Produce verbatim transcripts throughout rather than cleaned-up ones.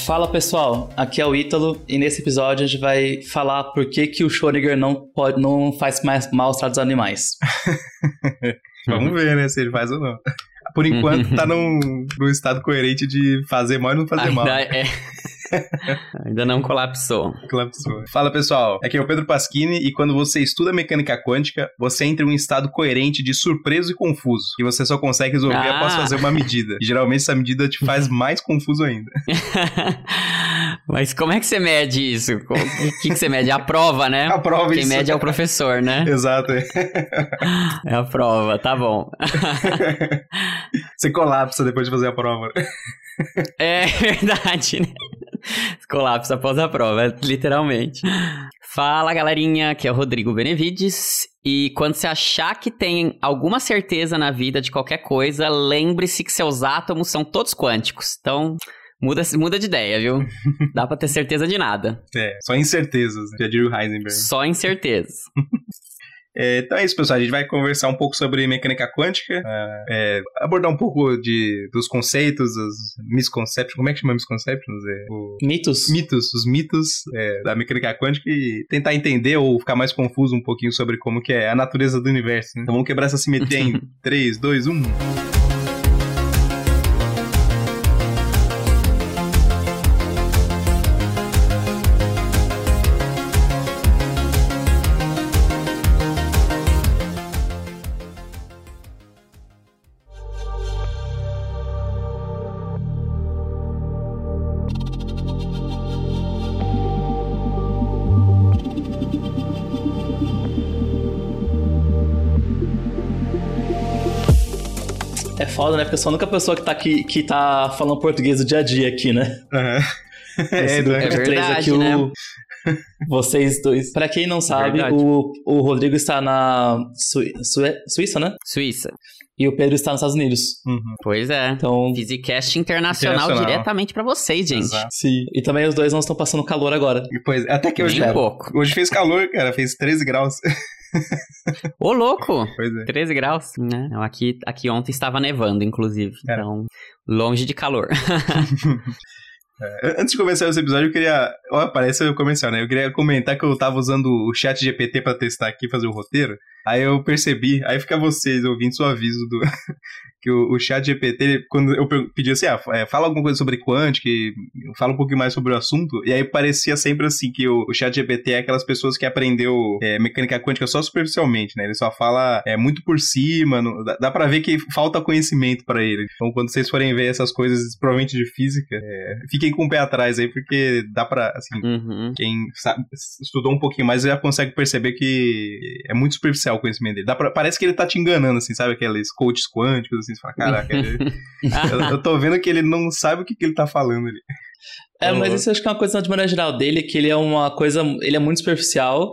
Fala pessoal, aqui é o Ítalo e nesse episódio a gente vai falar por que, que o Schrödinger não, pode, não faz mais maus tratos aos animais. Vamos ver, né, se ele faz ou não. Por enquanto tá num, num estado coerente de fazer mal e não fazer Ainda mal. É... Ainda não colapsou. Colapsou. Fala pessoal, aqui é o Pedro Pasquini e quando você estuda mecânica quântica, você entra em um estado coerente de surpreso e confuso, que você só consegue resolver ah. após fazer uma medida. E geralmente essa medida te faz mais confuso ainda. Mas como é que você mede isso? O que, que você mede? A prova, né? A prova, Quem isso. mede é o professor, né? Exato. É a prova, tá bom. Você colapsa depois de fazer a prova. É verdade, né? Colapso após a prova, literalmente. Fala, galerinha, aqui é o Rodrigo Benevides. E quando você achar que tem alguma certeza na vida de qualquer coisa, lembre-se que seus átomos são todos quânticos. Então, muda, muda de ideia, viu? Dá pra ter certeza de nada. É, só incertezas, já diria o Heisenberg. Só incertezas. É, então é isso, pessoal. A gente vai conversar um pouco sobre mecânica quântica, é, abordar um pouco de, dos conceitos, os misconceptions. Como é que chama misconceptions? É, o... Mitos? Mitos, os mitos é, da mecânica quântica e tentar entender ou ficar mais confuso um pouquinho sobre como que é a natureza do universo. Né? Então vamos quebrar essa simetria em três, dois, um... É foda, né? Porque eu sou a única pessoa que tá, aqui, que tá falando português do dia a dia aqui, né? Uhum. É, é, do é verdade, aqui, né? O... Vocês dois. Pra quem não sabe, Verdade. o, o Rodrigo está na Su... Su... Suíça, né? Suíça. E o Pedro está nos Estados Unidos. Uhum. Pois é. Então, Physicast internacional, Internacional. diretamente pra vocês, gente. Exato. sim. E também os dois não estão passando calor agora. E, pois, até que hoje, Nem um cara, pouco. hoje fez calor, cara, fez treze graus. Ô, louco! Pois é. treze graus, né? Não, Aqui, aqui ontem estava nevando, inclusive. Cara. Então, longe de calor. É, antes de começar esse episódio, eu queria... Ó, parece o comercial, né? Eu queria comentar que eu tava usando o chat G P T pra testar aqui, fazer o roteiro. Aí eu percebi, aí fica vocês ouvindo o aviso do... que o, o chat G P T, ele, quando eu pedi assim, ah, é, fala alguma coisa sobre quântica, fala um pouquinho mais sobre o assunto, e aí parecia sempre assim, que o, o chat G P T é aquelas pessoas que aprendeu é, mecânica quântica só superficialmente, né? Ele só fala é, muito por cima, não, dá, dá pra ver que falta conhecimento pra ele. Então, quando vocês forem ver essas coisas, provavelmente de física, é, fiquem com o pé atrás aí, porque dá pra, assim, Uhum. quem sabe, estudou um pouquinho mais já consegue perceber que é muito superficial o conhecimento dele. Dá pra, parece que ele tá te enganando, assim, sabe? Aqueles coaches quânticos, assim, você fala, caraca, ele, eu, eu tô vendo que ele não sabe o que, que ele tá falando ali. É, mas isso eu acho que é uma coisa de maneira geral dele, que ele é uma coisa, ele é muito superficial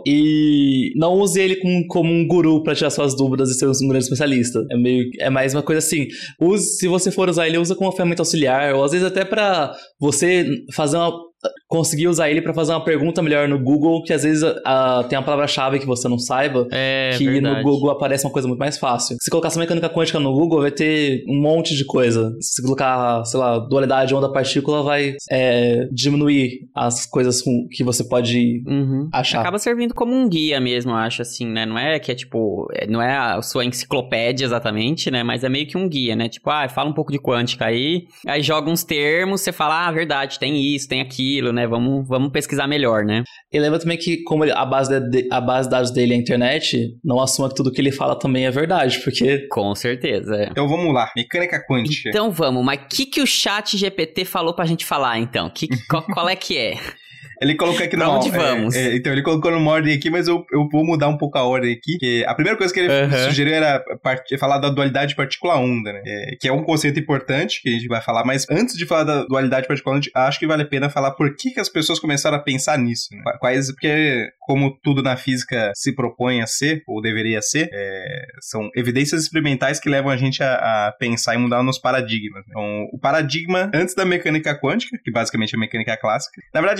e não use ele como, como um guru pra tirar suas dúvidas e ser um grande especialista. É meio, é mais uma coisa assim, use, se você for usar ele, usa como uma ferramenta auxiliar, ou às vezes até pra você fazer uma, conseguir usar ele pra fazer uma pergunta melhor no Google, que às vezes uh, tem uma palavra-chave que você não saiba, É, que verdade. no Google aparece uma coisa muito mais fácil. Se colocar só mecânica quântica no Google, vai ter um monte de coisa. Se colocar, sei lá, dualidade onda-partícula, vai é, diminuir as coisas que você pode Uhum. achar. Acaba servindo como um guia mesmo, eu acho, assim, né? Não é que é tipo, é- não é a sua enciclopédia exatamente, né? Mas é meio que um guia, né? Tipo, ah, fala um pouco de quântica aí, aí joga uns termos, você fala, ah, verdade, tem isso, tem aquilo, né? Vamos, vamos pesquisar melhor, né? E lembra também que, como ele- a, base de, a base de dados dele é a internet, não assuma que tudo que ele fala também é verdade, porque Com certeza, é. Então vamos lá, mecânica quântica. Então vamos, mas o que, que o chat G P T falou pra gente falar, então? Que, qual, qual é que é? Ele colocou aqui Pra no... onde é, vamos? é, então, ele colocou numa ordem aqui, mas eu, eu vou mudar um pouco a ordem aqui. Que a primeira coisa que ele Uhum. sugeriu era part... falar da dualidade partícula-onda, né? É, que é um conceito importante que a gente vai falar, mas antes de falar da dualidade partícula-onda, acho que vale a pena falar por que, que as pessoas começaram a pensar nisso, né? Quais... Porque, como tudo na física se propõe a ser, ou deveria ser, é, são evidências experimentais que levam a gente a, a pensar e mudar nos paradigmas. Né? Então, o paradigma antes da mecânica quântica, que basicamente é a mecânica clássica, na verdade, a, a,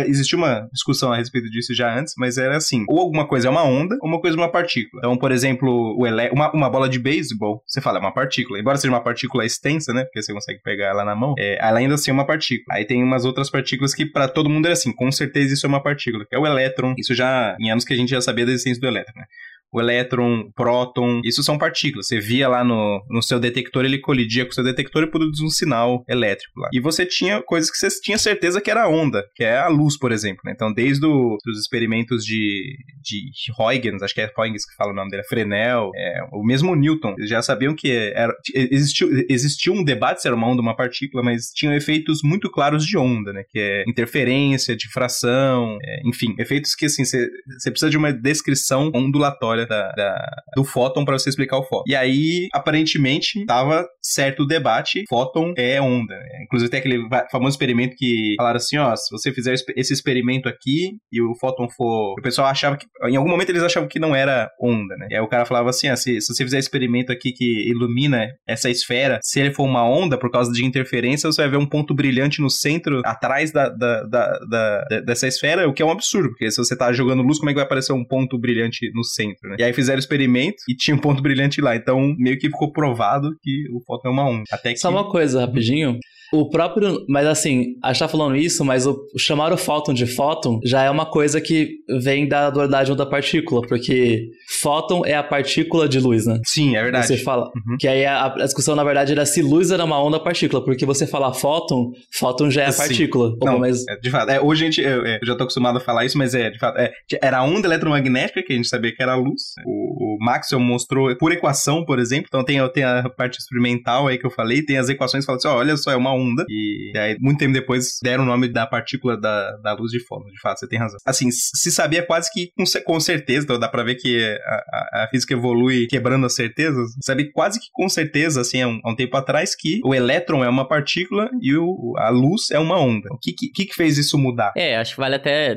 Existia uma discussão a respeito disso já antes, mas era assim, ou alguma coisa é uma onda, ou uma coisa é uma partícula. Então, por exemplo, o ele... uma, uma bola de beisebol, você fala, é uma partícula. Embora seja uma partícula extensa, né, porque você consegue pegar ela na mão, é, ela ainda assim é uma partícula. Aí tem umas outras partículas que pra todo mundo era assim, com certeza isso é uma partícula, que é o elétron. Isso já, em anos que a gente já sabia da existência do elétron, né? O elétron, o próton, isso são partículas. Você via lá no, no seu detector, ele colidia com o seu detector e produzia um sinal elétrico lá. E você tinha coisas que você tinha certeza que era onda, que é a luz, por exemplo, né? Então, desde o, os experimentos de, de Huygens, acho que é Huygens que fala o nome dele, Fresnel, é, o mesmo Newton, eles já sabiam que era, existiu, existiu um debate se era uma onda ou uma partícula, mas tinham efeitos muito claros de onda, né? Que é interferência, difração, é, enfim, efeitos que, assim, você precisa de uma descrição ondulatória Da, da, do fóton para você explicar o fóton. E aí, aparentemente, tava certo o debate, fóton é onda. Inclusive tem aquele famoso experimento que falaram assim, ó, se você fizer esse experimento aqui e o fóton for... O pessoal achava que... Em algum momento eles achavam que não era onda, né? E aí o cara falava assim, ah, se, se você fizer experimento aqui que ilumina essa esfera, se ele for uma onda, por causa de interferência, você vai ver um ponto brilhante no centro, atrás da, da, da, da, dessa esfera, o que é um absurdo, porque se você tá jogando luz, como é que vai aparecer um ponto brilhante no centro, né? E aí fizeram o experimento e tinha um ponto brilhante lá. Então, meio que ficou provado que o fóton é uma onda. Até que... Só uma coisa, rapidinho. O próprio... Mas assim, a gente tá falando isso, mas o, chamar o fóton de fóton já é uma coisa que vem da dualidade onda-partícula, porque fóton é a partícula de luz, né? Sim, é verdade. Você fala... Uhum. Que aí a, a discussão, na verdade, era se luz era uma onda-partícula, porque você fala fóton, fóton já é a partícula. Não, mas... é, de fato. É, hoje a gente... Eu, eu já tô acostumado a falar isso, mas é, de fato... É, era a onda eletromagnética, que a gente sabia que era a luz. O, o Maxwell mostrou por equação, por exemplo. Então tem, tem a parte experimental aí que eu falei, tem as equações que falam assim, ó, olha só, é uma onda. E aí, muito tempo depois, deram o nome da partícula da, da luz de fóton. De fato, você tem razão. Assim, se sabia quase que com, com certeza, então dá pra ver que a, a, a física evolui quebrando as certezas. Sabe quase que com certeza, assim, há um, há um tempo atrás, que o elétron é uma partícula e o, a luz é uma onda. O que, que, que fez isso mudar? É, acho que vale até...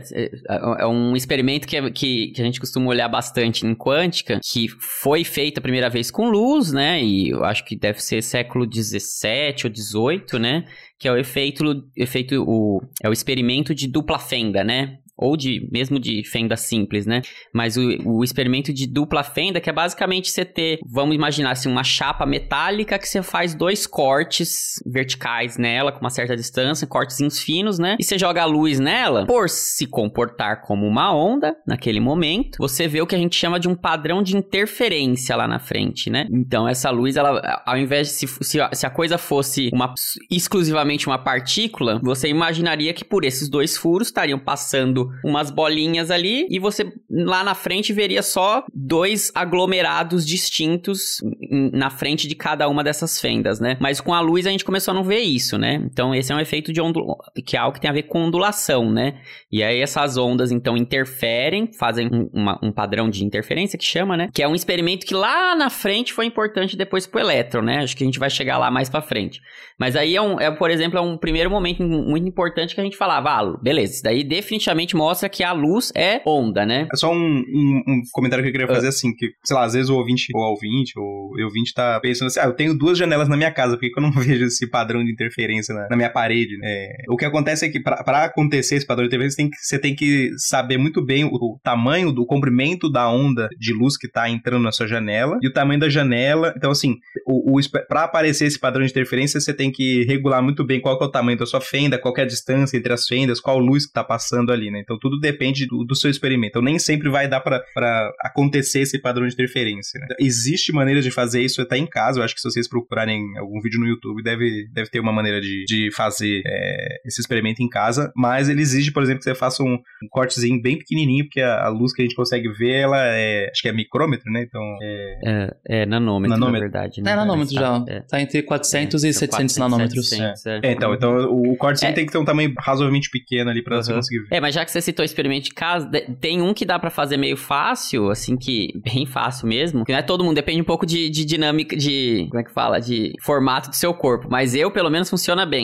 É um experimento que, que, que a gente costuma olhar bastante em quântica, que foi feita a primeira vez com luz, né? E eu acho que deve ser século dezessete ou dezoito, né? Que é o efeito, efeito o, é o experimento de dupla fenda, né? Ou de, mesmo de fenda simples, né? Mas o, o experimento de dupla fenda, que é basicamente você ter, vamos imaginar assim, uma chapa metálica que você faz dois cortes verticais nela, com uma certa distância, cortezinhos finos, né? E você joga a luz nela, por se comportar como uma onda, naquele momento, você vê o que a gente chama de um padrão de interferência lá na frente, né? Então, essa luz, ela, ao invés de, se, se, se a coisa fosse uma, exclusivamente uma partícula, você imaginaria que por esses dois furos estariam passando umas bolinhas ali e você lá na frente veria só dois aglomerados distintos na frente de cada uma dessas fendas, né? Mas com a luz a gente começou a não ver isso, né? Então esse é um efeito de ondulação, que é algo que tem a ver com ondulação, né? E aí essas ondas então interferem, fazem um, uma, um padrão de interferência que chama, né? Que é um experimento que lá na frente foi importante depois pro elétron, né? Acho que a gente vai chegar lá mais pra frente. Mas aí é, um, é por exemplo, é um primeiro momento muito importante que a gente falava, ah, beleza, isso daí definitivamente mostra que a luz é onda, né? É só um, um, um comentário que eu queria fazer, uh. assim, que, sei lá, às vezes o ouvinte, ou ouvinte, ou o ouvinte tá pensando assim, ah, eu tenho duas janelas na minha casa, por que, que eu não vejo esse padrão de interferência na, na minha parede, né? É, o que acontece é que pra, pra acontecer esse padrão de interferência, tem que, você tem que saber muito bem o, o tamanho, do comprimento da onda de luz que tá entrando na sua janela, e o tamanho da janela. Então, assim, o, o, pra aparecer esse padrão de interferência, você tem que regular muito bem qual que é o tamanho da sua fenda, qual que é a distância entre as fendas, qual luz que tá passando ali, né? Então, tudo depende do, do seu experimento. Então, nem sempre vai dar pra, pra acontecer esse padrão de interferência, né? Então, existe maneira de fazer isso até em casa. Eu acho que se vocês procurarem algum vídeo no YouTube, deve, deve ter uma maneira de, de fazer é, esse experimento em casa, mas ele exige, por exemplo, que você faça um, um cortezinho bem pequenininho, porque a, a luz que a gente consegue ver, ela é, acho que é micrômetro, né? Então, é... É, é nanômetro, nanômetro, na verdade. Né? É nanômetro já. É. Tá entre quatrocentos é, e setecentos nanômetros. setecentos, é. É, então, então o, o cortezinho é. tem que ter um tamanho razoavelmente pequeno ali pra uhum. você conseguir ver. É, mas já que você citou o experimento de casa, tem um que dá pra fazer meio fácil, assim, que bem fácil mesmo, que não é todo mundo, depende um pouco de, de dinâmica, de, como é que fala, de formato do seu corpo, mas eu, pelo menos, funciona bem.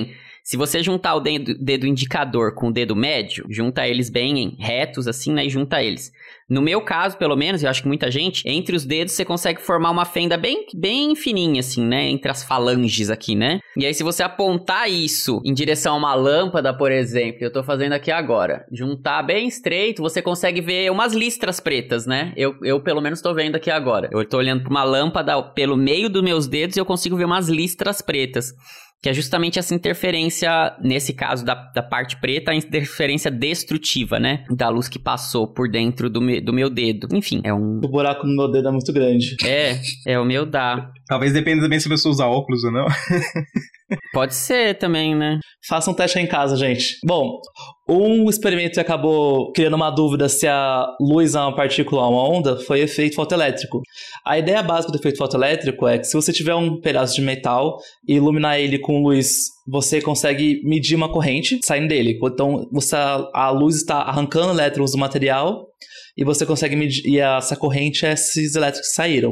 Se você juntar o dedo, dedo indicador com o dedo médio, junta eles bem retos, assim, né? E junta eles. No meu caso, pelo menos, eu acho que muita gente, entre os dedos você consegue formar uma fenda bem, bem fininha, assim, né? Entre as falanges aqui, né? E aí, se você apontar isso em direção a uma lâmpada, por exemplo, eu tô fazendo aqui agora, juntar bem estreito, você consegue ver umas listras pretas, né? Eu, eu pelo menos tô vendo aqui agora. Eu tô olhando pra uma lâmpada pelo meio dos meus dedos e eu consigo ver umas listras pretas. Que é justamente essa interferência, nesse caso da, da parte preta, a interferência destrutiva, né? Da luz que passou por dentro do, me, do meu dedo. Enfim, é um... O buraco no meu dedo é muito grande. É, é o meu dá. Talvez dependa também se a pessoa usa óculos ou não. Pode ser também, né? Faça um teste aí em casa, gente. Bom, um experimento que acabou criando uma dúvida se a luz é uma partícula ou uma onda foi o efeito fotoelétrico. A ideia básica do efeito fotoelétrico é que se você tiver um pedaço de metal e iluminar ele com luz, você consegue medir uma corrente saindo dele. Então, você, a luz está arrancando elétrons do material e você consegue medir, e essa corrente é esses elétrons que saíram.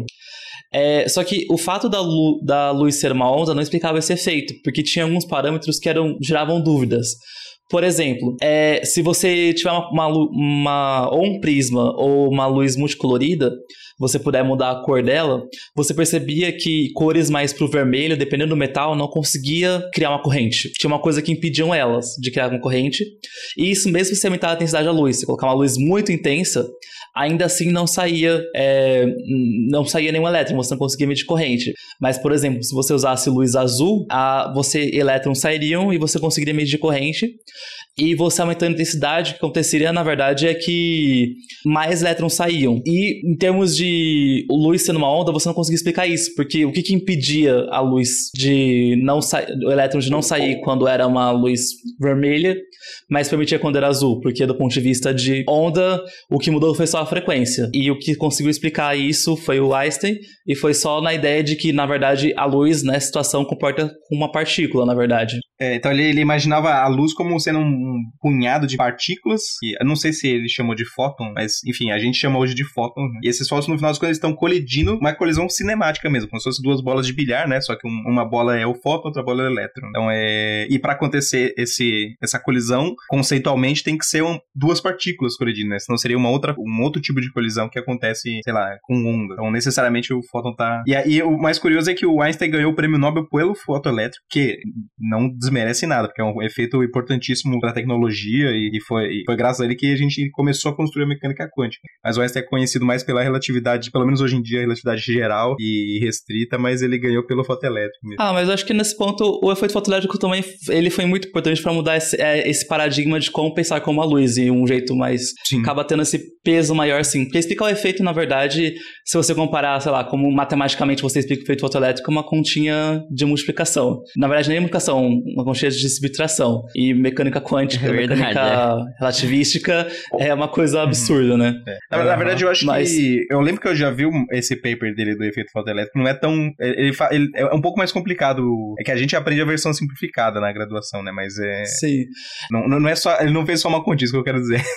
É, só que o fato da, lu- da luz ser uma onda não explicava esse efeito, porque tinha alguns parâmetros que eram, geravam dúvidas. Por exemplo, é, se você tiver uma, uma, uma, ou um prisma ou uma luz multicolorida, você puder mudar a cor dela, você percebia que cores mais pro vermelho, dependendo do metal, não conseguia criar uma corrente. Tinha uma coisa que impediam elas de criar uma corrente. E isso mesmo se você aumentar a intensidade da luz. Se colocar uma luz muito intensa, ainda assim não saía, é, não saía nenhum elétron, você não conseguia medir corrente. Mas, por exemplo, se você usasse luz azul, a, você, elétrons sairiam e você conseguiria medir corrente. E você aumentando a intensidade, o que aconteceria, na verdade, é que mais elétrons saíam. E em termos de luz sendo uma onda, você não conseguia explicar isso, porque o que, que impedia a luz de não sair, o elétron de não sair quando era uma luz vermelha, mas permitia quando era azul? Porque do ponto de vista de onda, o que mudou foi só a frequência. E o que conseguiu explicar isso foi o Einstein, e foi só na ideia de que, na verdade, a luz, nessa situação, comporta uma partícula, na verdade. É, então ele, ele imaginava a luz como sendo um punhado de partículas, e eu não sei se ele chamou de fóton, mas enfim, a gente chama hoje de fóton, né? E esses fótons no final das contas estão colidindo, uma colisão cinemática mesmo, como se fossem duas bolas de bilhar, né? Só que um, uma bola é o fóton, outra bola é o elétron. Então é... E para acontecer esse, essa colisão, conceitualmente tem que ser um, duas partículas colidindo, né? Senão seria uma outra, um outro tipo de colisão que acontece, sei lá, com onda. Então necessariamente o fóton tá... E aí o mais curioso é que o Einstein ganhou o prêmio Nobel pelo fotoelétrico, que não desmerece nada, porque é um efeito importantíssimo para a tecnologia e, e, foi, e foi graças a ele que a gente começou a construir a mecânica quântica. Mas o Einstein é conhecido mais pela relatividade, pelo menos hoje em dia, a relatividade geral e restrita, mas ele ganhou pelo fotoelétrico mesmo. Ah, mas eu acho que nesse ponto o efeito fotoelétrico também ele foi muito importante para mudar esse, é, esse paradigma de como pensar como a luz e um jeito mais... Sim. Acaba tendo esse peso maior, assim. Porque explicar o efeito, na verdade, se você comparar, sei lá, como matematicamente você explica o efeito fotoelétrico, é uma continha de multiplicação. Na verdade, nem multiplicação, uma continha de subtração. E mecânica quântica, é verdade, mecânica é. relativística é uma coisa absurda, uhum. né? É. Na, na verdade, eu acho Mas... que... Eu lembro que eu já vi esse paper dele do efeito fotoelétrico, não é tão... Ele, ele é um pouco mais complicado. É que a gente aprende a versão simplificada na graduação, né? Mas é... Sim. Não, não é só... Ele não fez só uma continha, isso que eu quero dizer.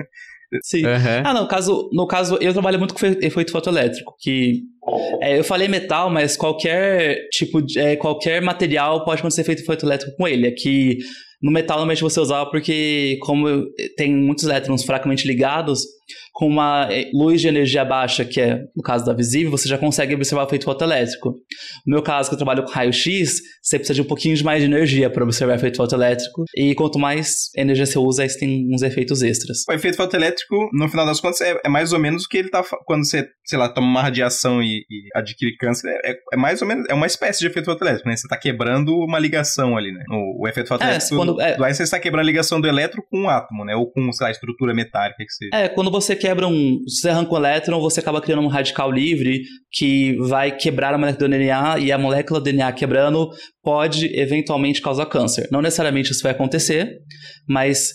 Sim. Uhum. Ah, no caso, no caso, eu trabalho muito com efeito fotoelétrico, que é, eu falei metal, mas qualquer tipo de, é, qualquer material pode acontecer efeito fotoelétrico com ele. É que no metal normalmente você usava porque como tem muitos elétrons fracamente ligados, com uma luz de energia baixa, que é no caso da visível, você já consegue observar o efeito fotoelétrico. No meu caso, que eu trabalho com raio-x, você precisa de um pouquinho de mais de energia para observar o efeito fotoelétrico, e quanto mais energia você usa, aí você tem uns efeitos extras. O efeito fotoelétrico, no final das contas, é, é mais ou menos o que ele tá... Quando você, sei lá, toma uma radiação e, e adquire câncer, é, é mais ou menos... É uma espécie de efeito fotoelétrico, né? Você tá quebrando uma ligação ali, né? O, o efeito fotoelétrico... É, quando, é, lá você está quebrando a ligação do elétron com um átomo, né? Ou com, sei lá, estrutura metálica que seja. É, quando você quebra um... Se você arranca um elétron, você acaba criando um radical livre que vai quebrar a molécula do D N A, e a molécula do D N A quebrando pode eventualmente causar câncer. Não necessariamente isso vai acontecer, mas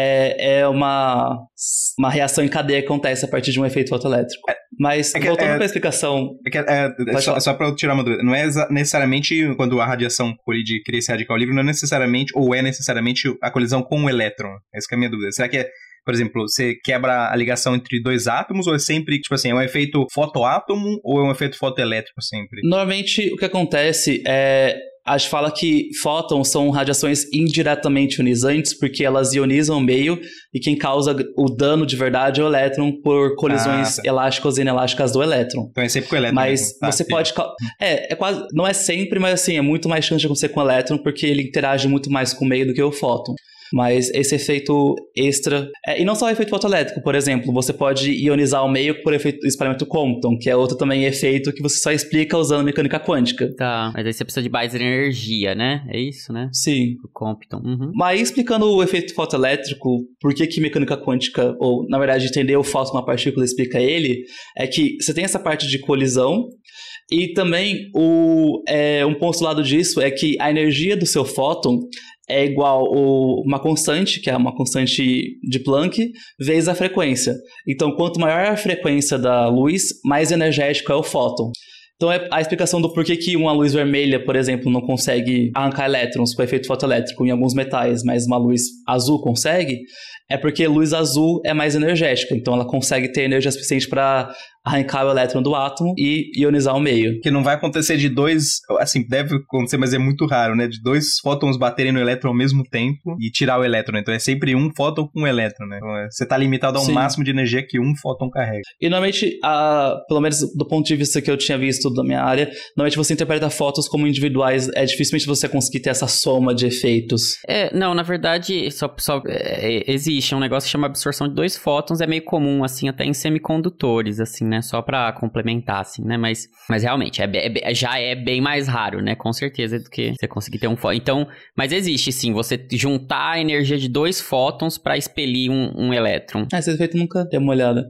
é, é uma, uma reação em cadeia que acontece a partir de um efeito fotoelétrico. É, mas, é que, voltando é, para a explicação... É que, é, só, só para eu tirar uma dúvida, não é necessariamente quando a radiação colide e cria esse radical livre, não é necessariamente, ou é necessariamente a colisão com o elétron. Essa que é a minha dúvida. Será que é... Por exemplo, você quebra a ligação entre dois átomos, ou é sempre, tipo assim, é um efeito fotoátomo ou é um efeito fotoelétrico sempre? Normalmente, o que acontece é... a gente fala que fótons são radiações indiretamente ionizantes porque elas ionizam o meio e quem causa o dano de verdade é o elétron por colisões ah, tá. elásticas e inelásticas do elétron. Então é sempre com o elétron. Mas tá, você sim. pode... É, é quase... Não é sempre, mas assim, é muito mais chance de acontecer com o elétron porque ele interage muito mais com o meio do que o fóton. Mas esse efeito extra... É, e não só o efeito fotoelétrico, por exemplo, você pode ionizar o meio por efeito espalhamento Compton, que é outro também efeito que você só explica usando mecânica quântica. Tá, mas aí você precisa de mais energia, né? É isso, né? Sim. O Compton. Uhum. Mas explicando o efeito fotoelétrico, por que que mecânica quântica, ou na verdade entender o fóton, uma partícula, explica ele, é que você tem essa parte de colisão, e também o, é, um postulado disso é que a energia do seu fóton é igual a uma constante, que é uma constante de Planck, vezes a frequência. Então, quanto maior a frequência da luz, mais energético é o fóton. Então, é a explicação do porquê que uma luz vermelha, por exemplo, não consegue arrancar elétrons com efeito fotoelétrico em alguns metais, mas uma luz azul consegue, é porque luz azul é mais energética. Então, ela consegue ter energia suficiente para arrancar o elétron do átomo e ionizar o meio. Que não vai acontecer de dois... Assim, deve acontecer, mas é muito raro, né? De dois fótons baterem no elétron ao mesmo tempo e tirar o elétron. Então, é sempre um fóton com um elétron, né? Então, você tá limitado ao Sim. máximo de energia que um fóton carrega. E, normalmente, a, pelo menos do ponto de vista que eu tinha visto da minha área, normalmente você interpreta fótons como individuais. É dificilmente você conseguir ter essa soma de efeitos. É, não, na verdade, só, só é, existe um negócio que chama absorção de dois fótons. É meio comum, assim, até em semicondutores, assim, né? Só pra complementar, assim, né? Mas, mas realmente, é, é, já é bem mais raro, né? Com certeza, do que você conseguir ter um fóton. Então, mas existe, sim, você juntar a energia de dois fótons pra expelir um, um elétron. É, esse efeito nunca deu uma olhada.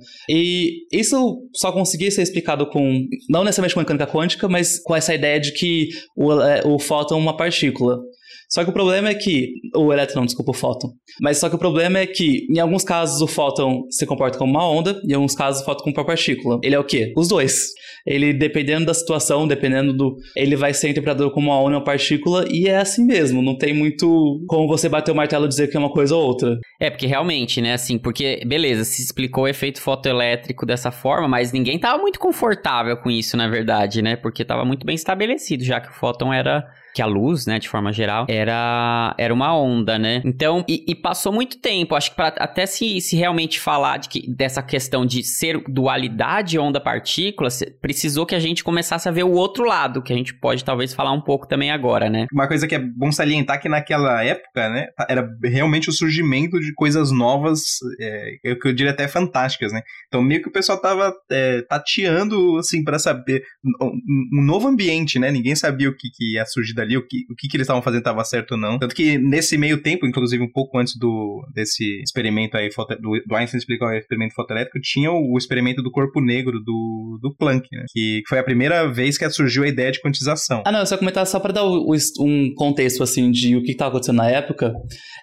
E isso só conseguia ser explicado com, não necessariamente com mecânica quântica, mas com essa ideia de que o, o fóton é uma partícula. Só que o problema é que... O elétron, desculpa, o fóton. Mas só que o problema é que, em alguns casos, o fóton se comporta como uma onda, e em alguns casos, o fóton como uma partícula. Ele é o quê? Os dois. Ele, dependendo da situação, dependendo do... Ele vai ser interpretado como uma onda ou uma partícula, e é assim mesmo. Não tem muito como você bater o martelo e dizer que é uma coisa ou outra. É, porque realmente, né, assim, porque, beleza, se explicou o efeito fotoelétrico dessa forma, mas ninguém tava muito confortável com isso, na verdade, né? Porque tava muito bem estabelecido, já que o fóton era... que a luz, né, de forma geral, era, era uma onda, né? Então, e, e passou muito tempo, acho que pra até se, se realmente falar de que, dessa questão de ser dualidade onda-partícula, precisou que a gente começasse a ver o outro lado, que a gente pode talvez falar um pouco também agora, né? Uma coisa que é bom salientar que naquela época, né, era realmente o surgimento de coisas novas, é, eu, eu diria até fantásticas, né? Então, meio que o pessoal tava é, tateando, assim, pra saber um, um novo ambiente, né? Ninguém sabia o que, que ia surgir ali, o que, o que, que eles estavam fazendo estava certo ou não. Tanto que nesse meio tempo, inclusive um pouco antes do, desse experimento aí, foto, do, do Einstein explicar o experimento fotoelétrico, tinha o, o experimento do corpo negro do, do Planck, né? Que foi a primeira vez que surgiu a ideia de quantização. Ah, não, eu só comentar só para dar o, o, um contexto, assim, de o que estava acontecendo na época.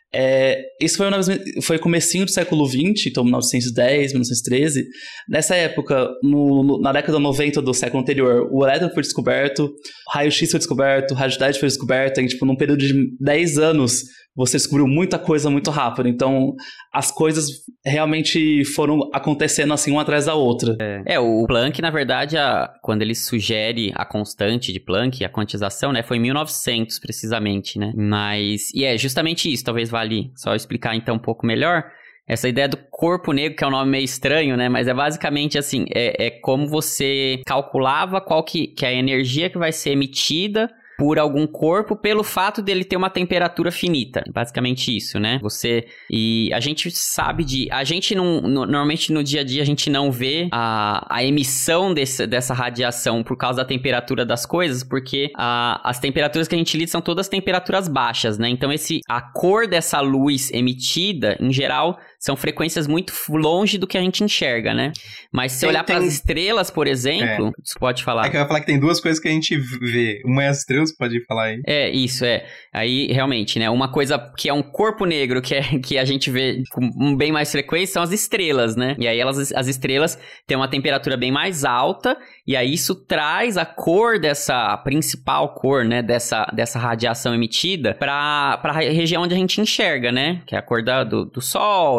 É, isso foi, foi comecinho do século vinte, então mil novecentos e dez, mil novecentos e treze. Nessa época, no, no, na década noventa do século anterior, o elétron foi descoberto, o raio-x foi descoberto, a radioatividade foi descoberta, e tipo, num período de dez anos, você descobriu muita coisa muito rápido. Então, as coisas realmente foram acontecendo assim, uma atrás da outra. É, é o Planck, na verdade, a, quando ele sugere a constante de Planck, a quantização, né, foi em mil e novecentos, precisamente, né? Mas, e é justamente isso, talvez vale só explicar então um pouco melhor. Essa ideia do corpo negro, que é um nome meio estranho, né? Mas é basicamente assim, é, é como você calculava qual que, que é a energia que vai ser emitida por algum corpo pelo fato dele ter uma temperatura finita. Basicamente isso, né? Você... E a gente sabe de... A gente não... No, normalmente no dia a dia a gente não vê a, a emissão desse, dessa radiação por causa da temperatura das coisas, porque a, as temperaturas que a gente lida são todas temperaturas baixas, né? Então esse, a cor dessa luz emitida, em geral, são frequências muito longe do que a gente enxerga, né? Mas se você olhar tem... para as estrelas, por exemplo... É. Você pode falar. É que eu ia falar que tem duas coisas que a gente vê. Uma é as estrelas, pode falar aí. É, isso, é. Aí, realmente, né? Uma coisa que é um corpo negro, que, é, que a gente vê com bem mais frequência, são as estrelas, né? E aí, elas, as estrelas têm uma temperatura bem mais alta, e aí isso traz a cor dessa, a principal cor, né? Dessa, dessa radiação emitida para a região onde a gente enxerga, né? Que é a cor da, do, do Sol, né?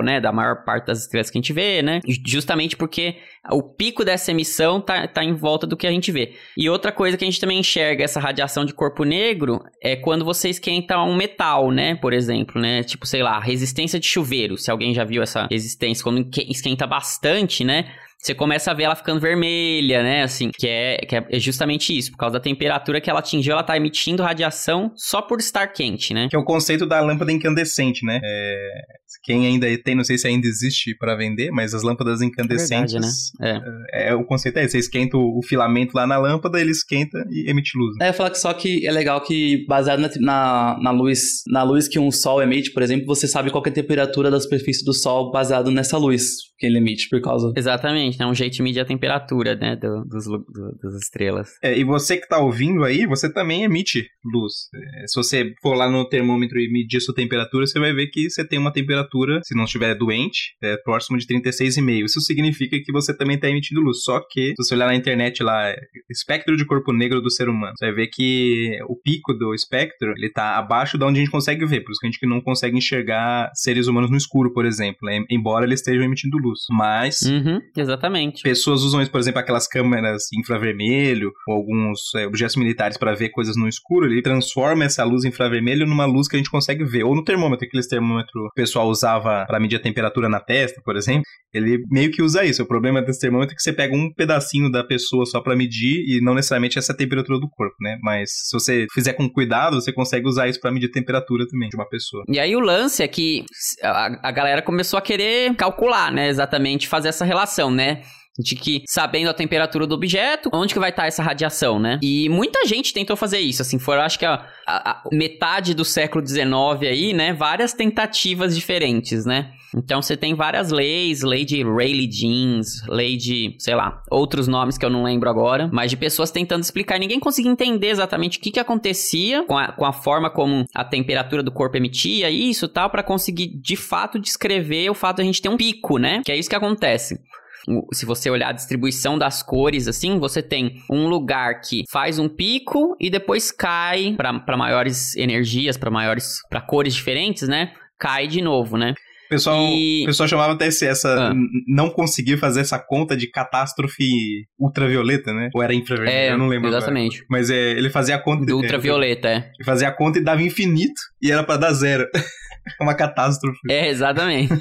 né, da maior parte das estrelas que a gente vê, né? Justamente porque o pico dessa emissão tá, tá em volta do que a gente vê. E outra coisa que a gente também enxerga essa radiação de corpo negro é quando você esquenta um metal, né? Por exemplo, né? Tipo, sei lá, resistência de chuveiro. Se alguém já viu essa resistência, quando esquenta bastante, né? Você começa a ver ela ficando vermelha, né? Assim, que é, que é justamente isso. Por causa da temperatura que ela atingiu, ela tá emitindo radiação só por estar quente, né? Que é o conceito da lâmpada incandescente, né? É... Quem ainda tem, não sei se ainda existe para vender, mas as lâmpadas incandescentes... É verdade, né? É. É, o conceito é esse. Você esquenta o, o filamento lá na lâmpada, ele esquenta e emite luz. Né? É, falar que só que é legal que, baseado na, na, na, luz, na luz que um sol emite, por exemplo, você sabe qual que é a temperatura da superfície do sol baseado nessa luz que ele emite, por causa... Exatamente, né? Um jeito de medir a temperatura, né? Do, dos, do, das estrelas. É, e você que tá ouvindo aí, você também emite luz. É, se você for lá no termômetro e medir sua temperatura, você vai ver que você tem uma temperatura, se não estiver doente, é próximo de trinta e seis vírgula cinco. Isso significa que você também está emitindo luz. Só que, se você olhar na internet lá, espectro de corpo negro do ser humano, você vai ver que o pico do espectro, ele tá abaixo de onde a gente consegue ver. Por isso que a gente não consegue enxergar seres humanos no escuro, por exemplo, né? Embora eles estejam emitindo luz. Mas... Uhum, exatamente. Pessoas usam, por exemplo, aquelas câmeras infravermelho ou alguns é, objetos militares para ver coisas no escuro. Ele transforma essa luz infravermelho numa luz que a gente consegue ver. Ou no termômetro, aqueles termômetros que o pessoal usava para medir a temperatura na testa, por exemplo. Ele meio que usa isso. O problema desse termômetro é que você pega um pedacinho da pessoa só para medir e não necessariamente essa é a temperatura do corpo, né? Mas se você fizer com cuidado, você consegue usar isso para medir a temperatura também de uma pessoa. E aí o lance é que a, a galera começou a querer calcular, né? Exatamente fazer essa relação, né? De que, sabendo a temperatura do objeto, onde que vai estar essa radiação, né? E muita gente tentou fazer isso, assim, foram, acho que a, a, a metade do século dezenove aí, né? Várias tentativas diferentes, né? Então, você tem várias leis, lei de Rayleigh-Jeans, lei de, sei lá, outros nomes que eu não lembro agora, mas de pessoas tentando explicar. E ninguém conseguia entender exatamente o que que acontecia com a, com a forma como a temperatura do corpo emitia isso e tal, para conseguir, de fato, descrever o fato de a gente ter um pico, né? Que é isso que acontece. Se você olhar a distribuição das cores, assim, você tem um lugar que faz um pico e depois cai para maiores energias, para maiores, para cores diferentes, né? Cai de novo, né? O pessoal, e... pessoal chamava até essa, ah. não conseguir fazer essa conta de catástrofe ultravioleta, né? Ou era infravermelho, é, eu não lembro exatamente. Agora. Mas é, ele fazia a conta... Do ultravioleta, é. Ele fazia a conta e dava infinito e era pra dar zero. Uma catástrofe. É, exatamente.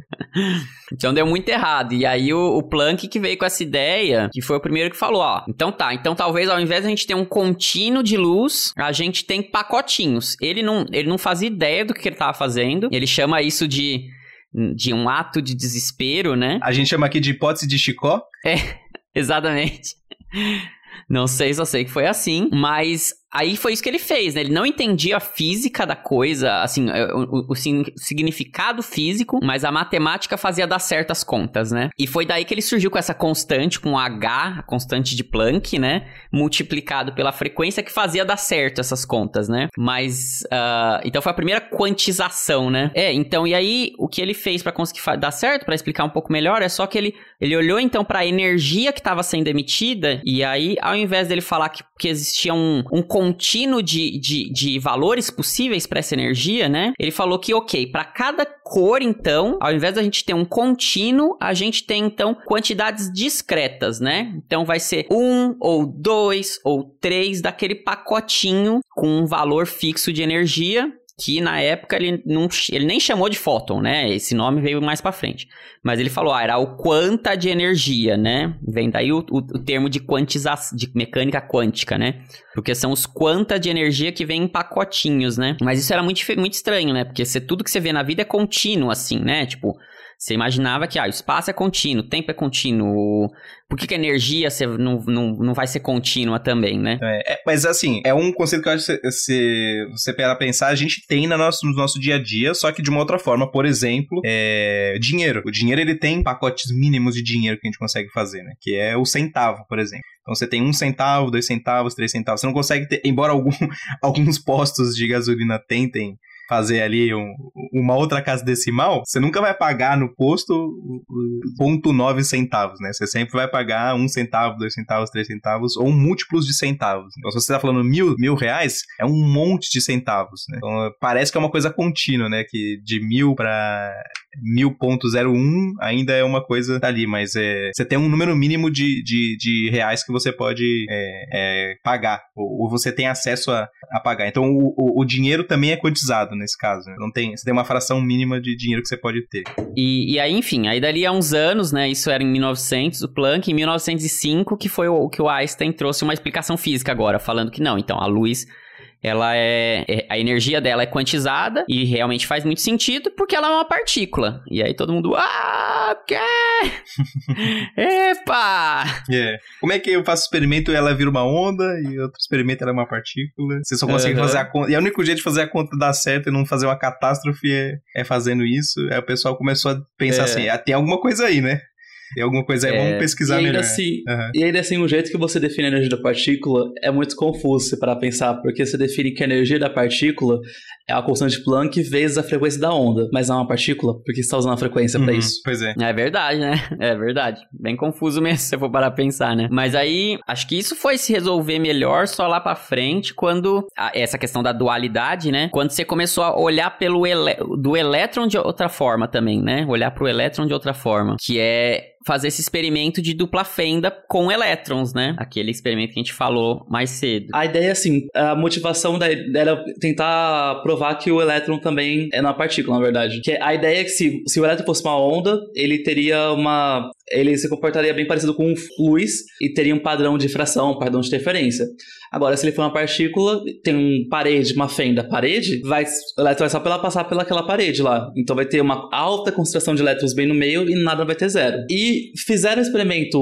Então deu muito errado. E aí o, o Planck que veio com essa ideia, que foi o primeiro que falou, ó, então tá, então talvez ao invés de a gente ter um contínuo de luz, a gente tem pacotinhos. Ele não, ele não fazia ideia do que ele tava fazendo. Ele chama isso de, de um ato de desespero, né? A gente chama aqui de hipótese de Chicó. É, exatamente. Não sei, só sei que foi assim, mas aí foi isso que ele fez, né? Ele não entendia a física da coisa, assim, o, o, o significado físico, mas a matemática fazia dar certas contas, né? E foi daí que ele surgiu com essa constante, com H, a constante de Planck, né? Multiplicado pela frequência que fazia dar certo essas contas, né? Mas, uh, então foi a primeira quantização, né? É, então, e aí, o que ele fez pra conseguir dar certo, pra explicar um pouco melhor, é só que ele, ele olhou, então, pra energia que estava sendo emitida, e aí, ao invés dele falar que, que existia um, um contínuo de, de, de valores possíveis para essa energia, né? Ele falou que, ok, para cada cor, então, ao invés da gente ter um contínuo, a gente tem, então, quantidades discretas, né? Então, vai ser um, ou dois, ou três daquele pacotinho com um valor fixo de energia, que na época ele, não, ele nem chamou de fóton, né? Esse nome veio mais pra frente. Mas ele falou, ah, era o quanta de energia, né? Vem daí o, o, o termo de quantização, de mecânica quântica, né? Porque são os quanta de energia que vem em pacotinhos, né? Mas isso era muito, muito estranho, né? Porque se, tudo que você vê na vida é contínuo, assim, né? Tipo, você imaginava que ah, o espaço é contínuo, o tempo é contínuo. Por que, que a energia você não, não, não vai ser contínua também, né? É, é, mas assim, é um conceito que eu acho que se você parar pra pensar, a gente tem no nosso, no nosso dia a dia, só que de uma outra forma. Por exemplo, é, dinheiro. O dinheiro, ele tem pacotes mínimos de dinheiro que a gente consegue fazer, né? Que é o centavo, por exemplo. Então você tem um centavo, dois centavos, três centavos. Você não consegue ter, embora algum, alguns postos de gasolina tentem fazer ali um, uma outra casa decimal, você nunca vai pagar no posto zero vírgula nove centavos, né? Você sempre vai pagar um centavo, dois centavos, três centavos, ou múltiplos de centavos. Então, se você tá falando mil, mil reais, é um monte de centavos, né? Então, parece que é uma coisa contínua, né? Que de mil para mil ponto zero um ainda é uma coisa ali, mas é, você tem um número mínimo de, de, de reais que você pode é, é, pagar, ou, ou você tem acesso a, a pagar. Então, o, o, o dinheiro também é quantizado nesse caso, né? Não tem, você tem uma fração mínima de dinheiro que você pode ter. E, e aí, enfim, aí dali a uns anos, né, isso era em mil e novecentos, o Planck, em mil novecentos e cinco, que foi o que o Einstein trouxe uma explicação física agora, falando que não, então a luz, ela é, é, a energia dela é quantizada e realmente faz muito sentido porque ela é uma partícula. E aí todo mundo, ah, quê? Epa! Yeah. Como é que eu faço experimento e ela vira uma onda e outro experimento ela é uma partícula? Você só consegue uhum. fazer a conta. E o único jeito de fazer a conta dar certo e não fazer uma catástrofe é, é fazendo isso. Aí o pessoal começou a pensar é. assim, ah, tem alguma coisa aí, né? Tem alguma coisa aí, é, vamos pesquisar e melhor. Assim, uhum. E ainda assim, o jeito que você define a energia da partícula é muito confuso para pensar, porque você define que a energia da partícula é a constante de Planck vezes a frequência da onda, mas não é uma partícula, porque você está usando a frequência uhum, para isso. Pois é. É verdade, né? É verdade. Bem confuso mesmo, se você for parar a pensar, né? Mas aí, acho que isso foi se resolver melhor só lá pra frente, quando a, essa questão da dualidade, né? Quando você começou a olhar pelo ele, do elétron de outra forma também, né? Olhar pro elétron de outra forma, que é fazer esse experimento de dupla fenda com elétrons, né? Aquele experimento que a gente falou mais cedo. A ideia, assim, a motivação da, era tentar provar que o elétron também é uma partícula, na verdade. Que a ideia é que se, se o elétron fosse uma onda, ele teria uma... ele se comportaria bem parecido com luz e teria um padrão de difração, um padrão de interferência. Agora, se ele for uma partícula, tem uma parede, uma fenda, parede, vai, o elétron vai só pela, passar pelaquela parede lá. Então vai ter uma alta concentração de elétrons bem no meio e nada vai ter zero. E fizeram experimento,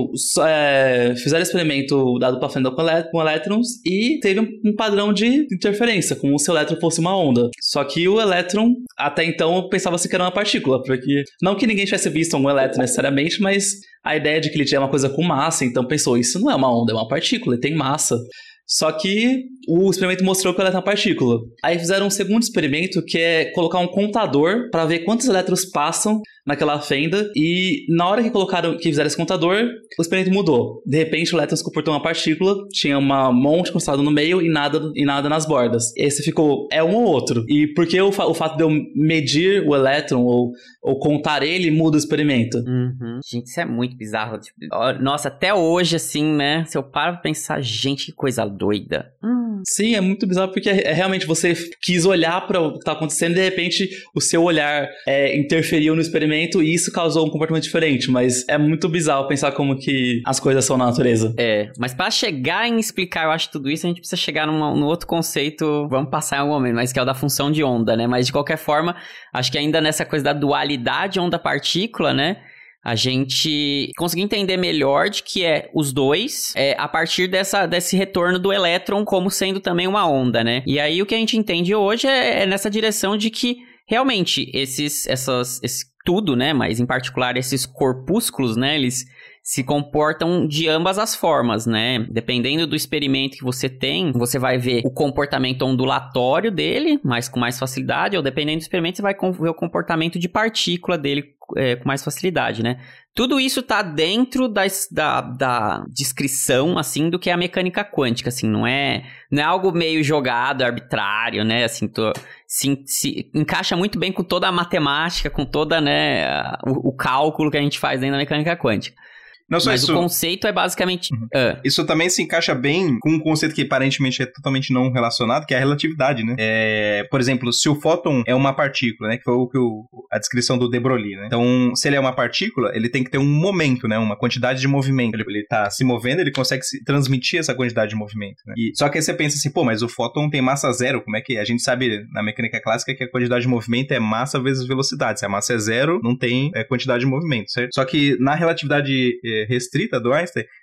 é, fizeram experimento da dupla fenda com, elé com elétrons e teve um, um padrão de interferência, como se o elétron fosse uma onda. Só que o elétron, até então, pensava-se que era uma partícula, porque não que ninguém tivesse visto um elétron necessariamente, mas a ideia de que ele tinha uma coisa com massa, então pensou, isso não é uma onda, é uma partícula, ele tem massa. Só que o experimento mostrou que ela é uma partícula. Aí fizeram um segundo experimento, que é colocar um contador para ver quantos elétrons passam naquela fenda, e na hora que colocaram, que fizeram esse contador, o experimento mudou. De repente o elétron se comportou uma partícula, tinha um monte concentrado no meio e nada, e nada nas bordas. E aí você ficou, é um ou outro. E porque o, fa o fato de eu medir o elétron ou, ou contar ele muda o experimento. Uhum. Gente, isso é muito bizarro. Tipo, nossa, até hoje, assim, né? Se eu paro pra pensar, gente, que coisa doida. Hum. Sim, é muito bizarro porque é, é realmente você quis olhar para o que tá acontecendo e de repente o seu olhar é, interferiu no experimento e isso causou um comportamento diferente, mas é muito bizarro pensar como que as coisas são na natureza. É, mas para chegar em explicar, eu acho, tudo isso, a gente precisa chegar numa, num outro conceito, vamos passar em algum momento, mas que é o da função de onda, né? Mas de qualquer forma, acho que ainda nessa coisa da dualidade onda-partícula, né? A gente conseguir entender melhor de que é os dois é, a partir dessa, desse retorno do elétron como sendo também uma onda, né? E aí o que a gente entende hoje é, é nessa direção de que realmente esses, essas, esse tudo, né? Mas em particular esses corpúsculos, né? Eles se comportam de ambas as formas, né? Dependendo do experimento que você tem, você vai ver o comportamento ondulatório dele, mas com mais facilidade, ou dependendo do experimento, você vai ver o comportamento de partícula dele é, com mais facilidade, né? Tudo isso tá dentro da, da, da descrição, assim, do que é a mecânica quântica, assim, não é, não é algo meio jogado, arbitrário, né? Assim, tô, se, se encaixa muito bem com toda a matemática, com toda, né, o, o cálculo que a gente faz dentro da mecânica quântica. Não só Mas isso. o conceito é basicamente... Uhum. Uh. Isso também se encaixa bem com um conceito que aparentemente é totalmente não relacionado, que é a relatividade, né? É, por exemplo, se o fóton é uma partícula, né? Que foi o que o, a descrição do de Broglie, né? Então, se ele é uma partícula, ele tem que ter um momento, né? Uma quantidade de movimento. Ele, ele tá se movendo, ele consegue se, transmitir essa quantidade de movimento, né? E, só que aí você pensa assim, pô, mas o fóton tem massa zero, como é que... A gente sabe na mecânica clássica que a quantidade de movimento é massa vezes velocidade. Se a massa é zero, não tem é, quantidade de movimento, certo? Só que na relatividade é, restrita do Einstein,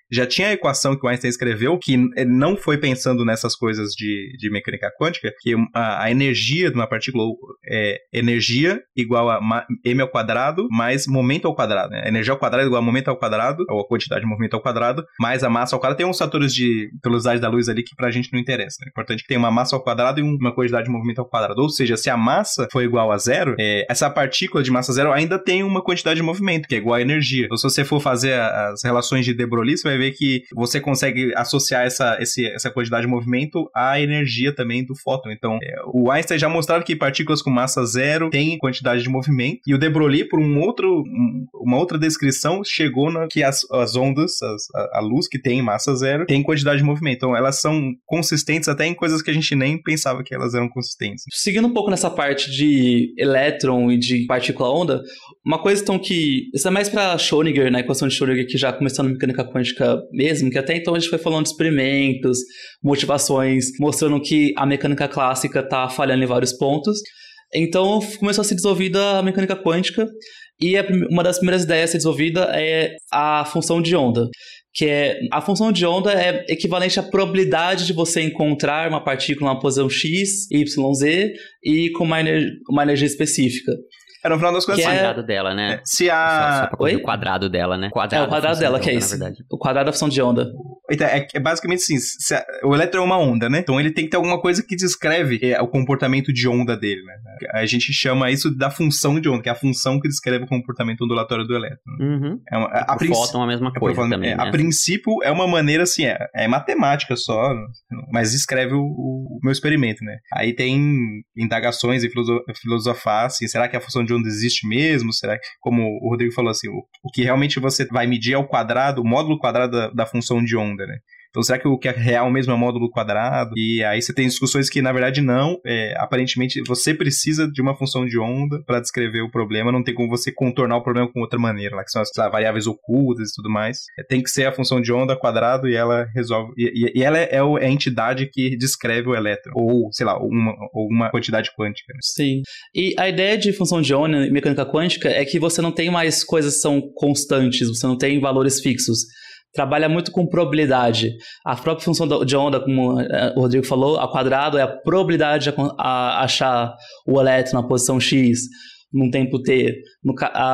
já tinha a equação que o Einstein escreveu, que não foi pensando nessas coisas de, de mecânica quântica, que a, a energia de uma partícula é energia igual a ma, m ao quadrado mais momento ao quadrado, né? Energia ao quadrado igual a momento ao quadrado, ou a quantidade de movimento ao quadrado, mais a massa ao quadrado. Tem uns fatores de velocidade da luz ali que pra gente não interessa, né? É importante que tenha uma massa ao quadrado e uma quantidade de movimento ao quadrado. Ou seja, se a massa for igual a zero, é, essa partícula de massa zero ainda tem uma quantidade de movimento, que é igual a energia. Então, se você for fazer as relações de de Broglie, você vai ver que você consegue associar essa, esse, essa quantidade de movimento à energia também do fóton. Então, é, o Einstein já mostrava que partículas com massa zero têm quantidade de movimento, e o de Broglie, por um outro, um, uma outra descrição, chegou na que as, as ondas, as, a, a luz que tem massa zero, tem quantidade de movimento. Então, elas são consistentes até em coisas que a gente nem pensava que elas eram consistentes. Seguindo um pouco nessa parte de elétron e de partícula-onda, uma coisa então que... Isso é mais para Schrödinger, na equação de Schrödinger, que já começou na mecânica quântica mesmo, que até então a gente foi falando de experimentos, motivações, mostrando que a mecânica clássica está falhando em vários pontos. Então começou a ser desenvolvida a mecânica quântica, e a, uma das primeiras ideias a ser desenvolvida é a função de onda, que é a função de onda é equivalente à probabilidade de você encontrar uma partícula numa posição x, y, z e com uma, ener- uma energia específica. É, no final das contas, o é... quadrado dela, né? É, se a... Só, só pra o quadrado dela, né? Quadrado é, o quadrado dela, que é isso. O quadrado da função de onda. Então, é, é basicamente assim, se a, o elétron é uma onda, né? Então ele tem que ter alguma coisa que descreve é, o comportamento de onda dele, né? A gente chama isso da função de onda, que é a função que descreve o comportamento ondulatório do elétron. Uhum. É uma, a, a o fóton é a mesma coisa falando, também, é, né? A princípio é uma maneira assim, é, é matemática só, mas descreve o, o meu experimento, né? Aí tem indagações e filoso, filosofar, assim, será que a função de onda existe mesmo? Será que, como o Rodrigo falou assim, o, o que realmente você vai medir é o quadrado, o módulo quadrado da, da função de onda, né? Então, será que o que é real mesmo é o módulo quadrado? E aí você tem discussões que, na verdade, não. É, aparentemente, você precisa de uma função de onda para descrever o problema. Não tem como você contornar o problema com outra maneira, lá, que são as lá, variáveis ocultas e tudo mais. É, tem que ser a função de onda quadrado e ela resolve... E, e, e ela é, é a entidade que descreve o elétron. Ou, sei lá, uma, ou uma quantidade quântica. Né? Sim. E a ideia de função de onda em mecânica quântica é que você não tem mais coisas que são constantes, você não tem valores fixos. Trabalha muito com probabilidade. A própria função de onda, como o Rodrigo falou, ao quadrado é a probabilidade de a, achar o elétron na posição X num tempo T. No,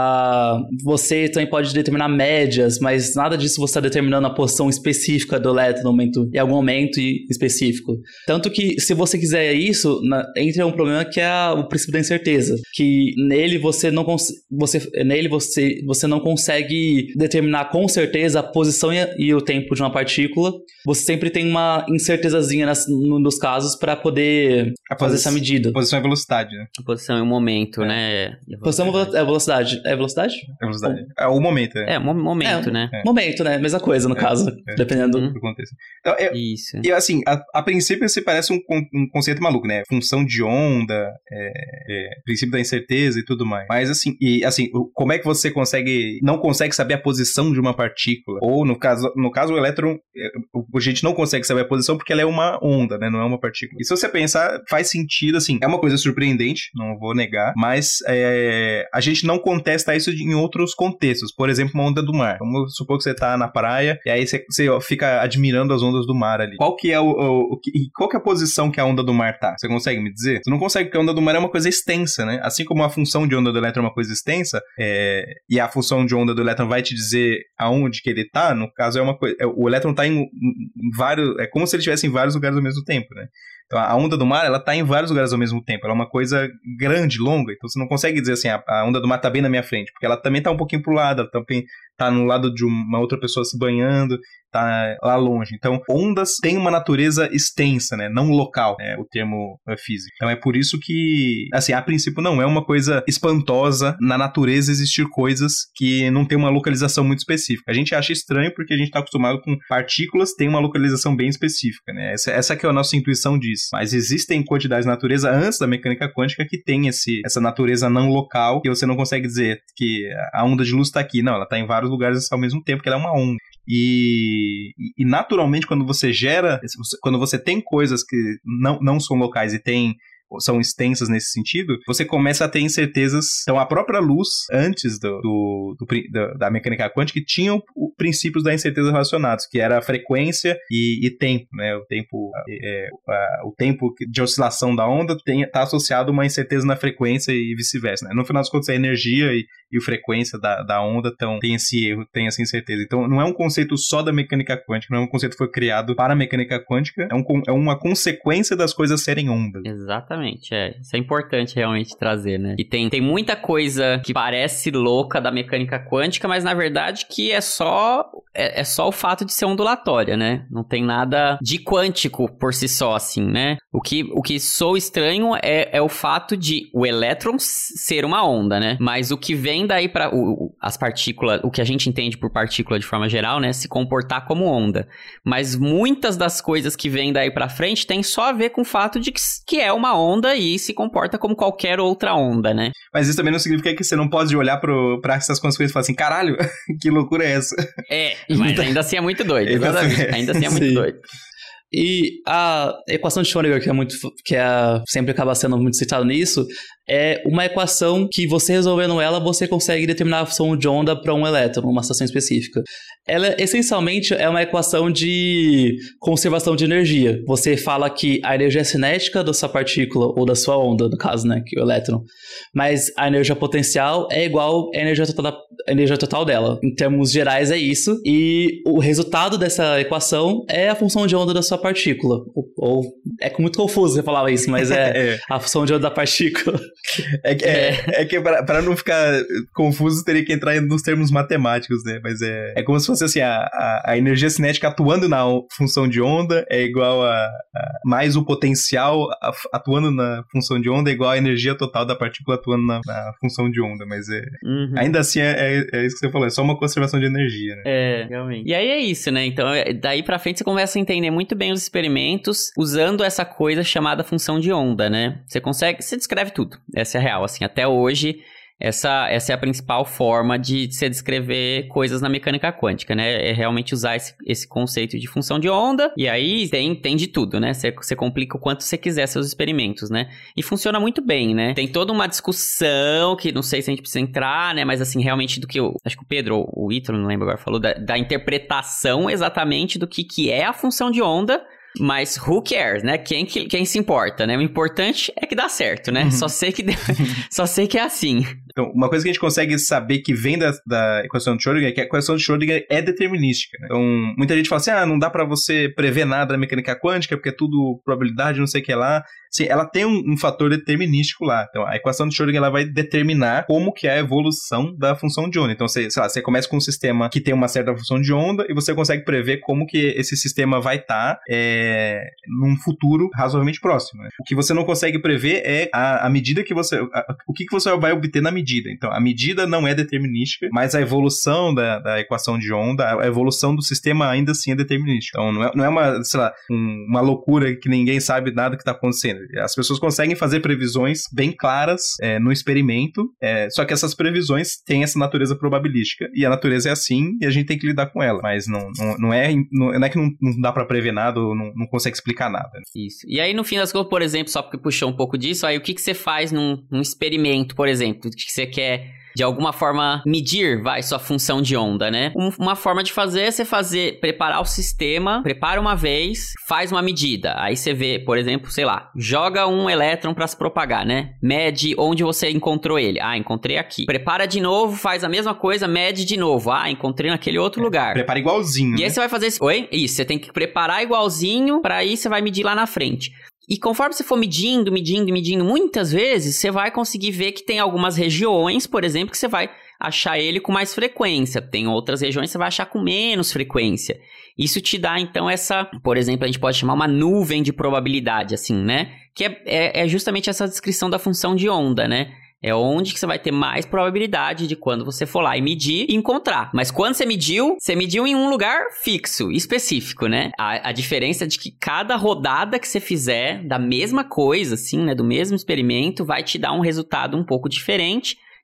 a, você também pode determinar médias, mas nada disso você está determinando a posição específica do elétron no momento, em algum momento específico. Tanto que, se você quiser isso, na, entra um problema que é a, o princípio da incerteza, que nele você não, cons- você, nele você, você não consegue determinar com certeza a posição e, e o tempo de uma partícula. Você sempre tem uma incertezazinha nas, nos casos para poder a fazer essa medida. Posição e velocidade, né? A posição e o momento, é. né? Posição é velocidade. É velocidade? É velocidade. É o momento. É, é mo- momento, é, né? É. Momento, né? Mesma coisa, no é, caso. É. Dependendo uhum. do contexto. Então, eu, Isso. E assim, a, a princípio se parece um, um conceito maluco, né? Função de onda, é, é, princípio da incerteza e tudo mais. Mas assim, e, assim, como é que você consegue... Não consegue saber a posição de uma partícula? Ou no caso, no caso o elétron, a gente não consegue saber a posição porque ela é uma onda, né? Não é uma partícula. E se você pensar, faz sentido, assim. É uma coisa surpreendente, não vou negar, mas é, a gente não contesta isso em outros contextos. Por exemplo, uma onda do mar. Vamos supor que você tá na praia e aí você, você fica admirando as ondas do mar ali. Qual que é o, o, o qual que é a posição que a onda do mar tá? Você consegue me dizer? Você não consegue, porque a onda do mar é uma coisa extensa, né? Assim como a função de onda do elétron é uma coisa extensa, é, e a função de onda do elétron vai te dizer aonde que ele tá, no caso é uma coisa... É, o elétron tá em, em vários... É como se ele estivesse em vários lugares ao mesmo tempo, né? Então, a onda do mar, ela tá em vários lugares ao mesmo tempo. Ela é uma coisa grande, longa. Então, você não consegue dizer assim, a, a onda do mar tá bem na minha frente. Porque ela também tá um pouquinho pro lado. Ela também tá no lado de uma outra pessoa se banhando. Tá lá longe. Então, ondas têm uma natureza extensa, né? Não local, é o termo físico. Então, é por isso que, assim, a princípio não é uma coisa espantosa na natureza existir coisas que não tem uma localização muito específica. A gente acha estranho porque a gente tá acostumado com partículas que têm uma localização bem específica, né? Essa, essa que é a nossa intuição disso. Mas existem quantidades de natureza antes da mecânica quântica que tem esse, essa natureza não local que você não consegue dizer que a onda de luz tá aqui. Não, ela tá em vários lugares ao mesmo tempo, que ela é uma onda. E, e naturalmente quando você gera, quando você tem coisas que não, não são locais e tem são extensas nesse sentido, você começa a ter incertezas. Então, a própria luz, antes do, do, do, do, da mecânica quântica, tinha os princípios da incerteza relacionados, que era a frequência e, e tempo, né? O tempo, é, a, o tempo de oscilação da onda está associado a uma incerteza na frequência e vice-versa, né? No final das contas, a energia e, e a frequência da, da onda tão, tem esse erro, tem essa incerteza. Então, não é um conceito só da mecânica quântica, não é um conceito que foi criado para a mecânica quântica, é, um, é uma consequência das coisas serem ondas. Exatamente, é. Isso é importante realmente trazer, né? E tem, tem muita coisa que parece louca da mecânica quântica, mas na verdade que é só, é, é só o fato de ser ondulatória, né? Não tem nada de quântico por si só, assim, né? O que, o que sou estranho é, é o fato de o elétron ser uma onda, né? Mas o que vem daí para as partículas, o que a gente entende por partícula de forma geral, né? Se comportar como onda. Mas muitas das coisas que vêm daí pra frente tem só a ver com o fato de que, que é uma onda e se comporta como qualquer outra onda, né? Mas isso também não significa que você não pode olhar pro, pra essas consequências e falar assim, caralho, que loucura é essa? É, mas ainda assim é muito doido. Exatamente. Ainda assim é muito Sim. doido. E a equação de Schrödinger, que é muito, que é, sempre acaba sendo muito citado nisso, é uma equação que você resolvendo ela, você consegue determinar a função de onda para um elétron, numa situação específica. Ela, essencialmente, é uma equação de conservação de energia. Você fala que a energia cinética da sua partícula, ou da sua onda, no caso, né, que é o elétron, mas a energia potencial é igual à energia total, da, a energia total dela. Em termos gerais, é isso. E o resultado dessa equação é a função de onda da sua partícula. Ou, ou é muito confuso você falar isso, mas é, é. a função de onda da partícula. É que, é, é que pra, pra não ficar confuso, teria que entrar nos termos matemáticos, né? Mas é, é como se fosse assim, a, a, a energia cinética atuando na função de onda é igual a, a mais o potencial atuando na função de onda é igual a energia total da partícula atuando na, na função de onda, mas é, uhum. ainda assim é, é, é isso que você falou, é só uma conservação de energia, né? É, realmente. E aí é isso, né? Então, daí pra frente você começa a entender muito bem os experimentos usando essa coisa chamada função de onda, né? Você consegue, você descreve tudo. Essa é a real, assim, até hoje, essa, essa é a principal forma de se descrever coisas na mecânica quântica, né? É realmente usar esse, esse conceito de função de onda, e aí tem, tem de tudo, né? Você, você complica o quanto você quiser seus experimentos, né? E funciona muito bem, né? Tem toda uma discussão, que não sei se a gente precisa entrar, né? Mas assim, realmente do que eu... Acho que o Pedro, ou o Ítalo, não lembro agora, falou da, da interpretação exatamente do que, que é a função de onda. Mas who cares, né? Quem, que, quem se importa, né? O importante é que dá certo, né? Uhum. Só sei que só sei que é assim. Então, uma coisa que a gente consegue saber que vem da, da equação de Schrödinger é que a equação de Schrödinger é determinística, né? Então, muita gente fala assim, ah, não dá pra você prever nada da mecânica quântica porque é tudo probabilidade, não sei o que lá. Sim, ela tem um, um fator determinístico lá. Então, a equação de Schrödinger ela vai determinar como que é a evolução da função de onda. Então, você, sei lá, você começa com um sistema que tem uma certa função de onda e você consegue prever como que esse sistema vai estar tá, é, num futuro razoavelmente próximo. Né? O que você não consegue prever é a, a medida que você... A, o que, que você vai obter na medida. Então, a medida não é determinística, mas a evolução da, da equação de onda, a evolução do sistema ainda assim é determinística. Então, não é, não é uma, sei lá, um, uma loucura que ninguém sabe nada que está acontecendo. As pessoas conseguem fazer previsões bem claras é, no experimento, é, só que essas previsões têm essa natureza probabilística, e a natureza é assim, e a gente tem que lidar com ela. Mas não, não, não, é, não, não é que não, não dá pra prever nada, ou não, não consegue explicar nada. Né? Isso. E aí, no fim das contas, por exemplo, só porque puxou um pouco disso, aí o que, que você faz num, num experimento, por exemplo, que você quer... de alguma forma medir, vai, sua função de onda, né? Um, uma forma de fazer é você fazer, preparar o sistema, prepara uma vez, faz uma medida. Aí você vê, por exemplo, sei lá, joga um elétron pra se propagar, né? Mede onde você encontrou ele. Ah, encontrei aqui. Prepara de novo, faz a mesma coisa, mede de novo. Ah, encontrei naquele outro é, lugar. Prepara igualzinho, E né? aí você vai fazer... Oi? Isso, você tem que preparar igualzinho, pra aí você vai medir lá na frente. E conforme você for medindo, medindo, medindo, muitas vezes, você vai conseguir ver que tem algumas regiões, por exemplo, que você vai achar ele com mais frequência. Tem outras regiões que você vai achar com menos frequência. Isso te dá, então, essa... Por exemplo, a gente pode chamar uma nuvem de probabilidade, assim, né? Que é, é, é justamente essa descrição da função de onda, né? É onde que você vai ter mais probabilidade de quando você for lá e medir e encontrar. Mas quando você mediu, você mediu em um lugar fixo, específico, né? A, a diferença é de que cada rodada que você fizer da mesma coisa, assim, né? Do mesmo experimento, vai te dar um resultado um pouco diferente.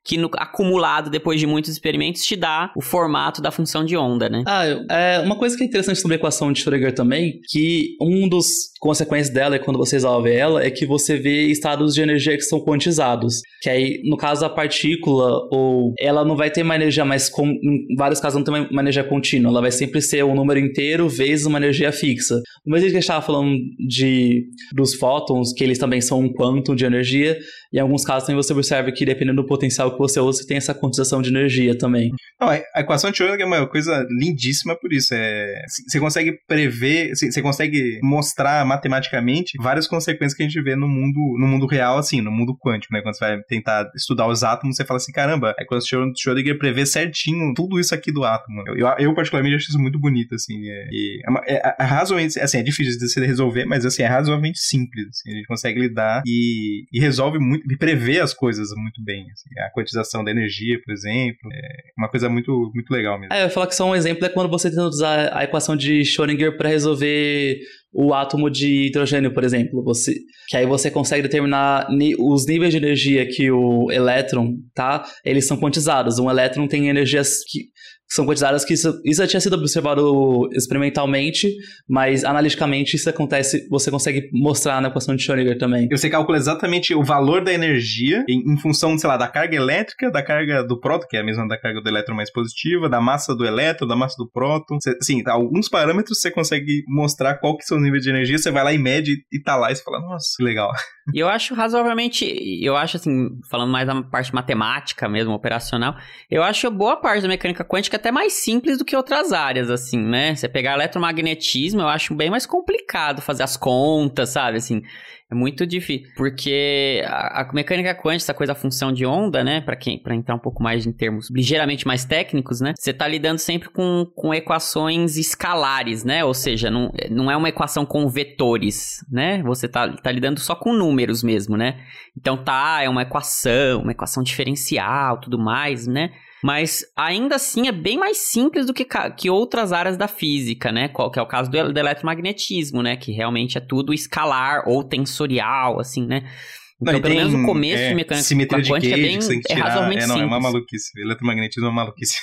que no, acumulado depois de muitos experimentos te dá o formato da função de onda, né? Ah, é, uma coisa que é interessante sobre a equação de Schrödinger também, que um dos consequências dela, é quando você resolve ela, é que você vê estados de energia que são quantizados. Que aí, no caso da partícula, ou ela não vai ter uma energia mais... Com, em vários casos não tem uma energia contínua, ela vai sempre ser um número inteiro vezes uma energia fixa. No mesmo que a gente estava falando de, dos fótons, que eles também são um quantum de energia, em alguns casos também você observa que dependendo do potencial que você usa, você tem essa quantização de energia também. Não, a equação de Schrödinger é uma coisa lindíssima por isso. É, você consegue prever, você consegue mostrar matematicamente várias consequências que a gente vê no mundo, no mundo real, assim, no mundo quântico, né? Quando você vai tentar estudar os átomos, você fala assim, caramba, a equação de Schrödinger prevê certinho tudo isso aqui do átomo. Eu, eu, eu particularmente, acho isso muito bonito, assim. É, é, é, é razoavelmente, assim, é difícil de se resolver, mas, assim, é razoavelmente simples. Assim, a gente consegue lidar e, e resolve muito, e prevê as coisas muito bem. Assim, a quantização da energia, por exemplo, é uma coisa muito, muito legal mesmo. É, eu ia falar que só um exemplo é quando você tenta usar a equação de Schrödinger para resolver o átomo de hidrogênio, por exemplo. Você, que aí você consegue determinar ni- os níveis de energia que o elétron, tá? Eles são quantizados. Um elétron tem energias que são quantizadas, que isso, isso já tinha sido observado experimentalmente, mas analiticamente isso acontece, você consegue mostrar na equação de Schrödinger também. E você calcula exatamente o valor da energia em, em função, sei lá, da carga elétrica, da carga do próton, que é a mesma da carga do elétron mais positiva, da massa do elétron, da massa do próton. Você, assim, alguns parâmetros você consegue mostrar qual que são os níveis de energia, você vai lá e mede e tá lá e você fala, nossa, que legal. E eu acho razoavelmente, eu acho assim, falando mais da parte matemática mesmo, operacional, eu acho boa parte da mecânica quântica até mais simples do que outras áreas, assim, né? Você pegar eletromagnetismo, eu acho bem mais complicado fazer as contas, sabe, assim, é muito difícil, porque a, a mecânica quântica, essa coisa da função de onda, né, pra quem, pra entrar um pouco mais em termos ligeiramente mais técnicos, né, você tá lidando sempre com, com equações escalares, né, ou seja, não, não é uma equação com vetores, né, você tá, tá lidando só com números mesmo, né, então tá, é uma equação, uma equação diferencial, tudo mais, né, mas ainda assim é bem mais simples do que, que outras áreas da física, né? Que é o caso do, do eletromagnetismo, né? Que realmente é tudo escalar ou tensorial, assim, né? Então, não, pelo tem, menos o começo é, de mecânica simetria de quântica Cage, é, bem, que você tem que é tirar, razoavelmente é, não, simples. É uma maluquice. Eletromagnetismo é uma maluquice.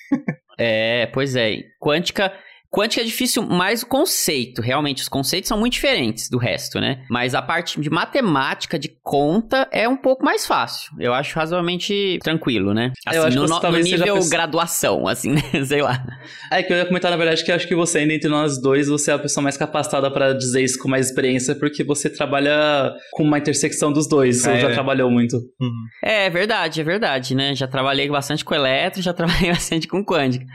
É, pois é. Quântica... Quântica é difícil, mas o conceito, realmente, os conceitos são muito diferentes do resto, né? Mas a parte de matemática, de conta, é um pouco mais fácil. Eu acho razoavelmente tranquilo, né? Assim, eu acho no, que no, no nível pens... graduação, assim, né? Sei lá. É que eu ia comentar, na verdade, que eu acho que você, ainda entre nós dois, você é a pessoa mais capacitada para dizer isso com mais experiência, porque você trabalha com uma intersecção dos dois, você é, já é. trabalhou muito. Uhum. É, é verdade, é verdade, né? Já trabalhei bastante com eletro, já trabalhei bastante com quântica.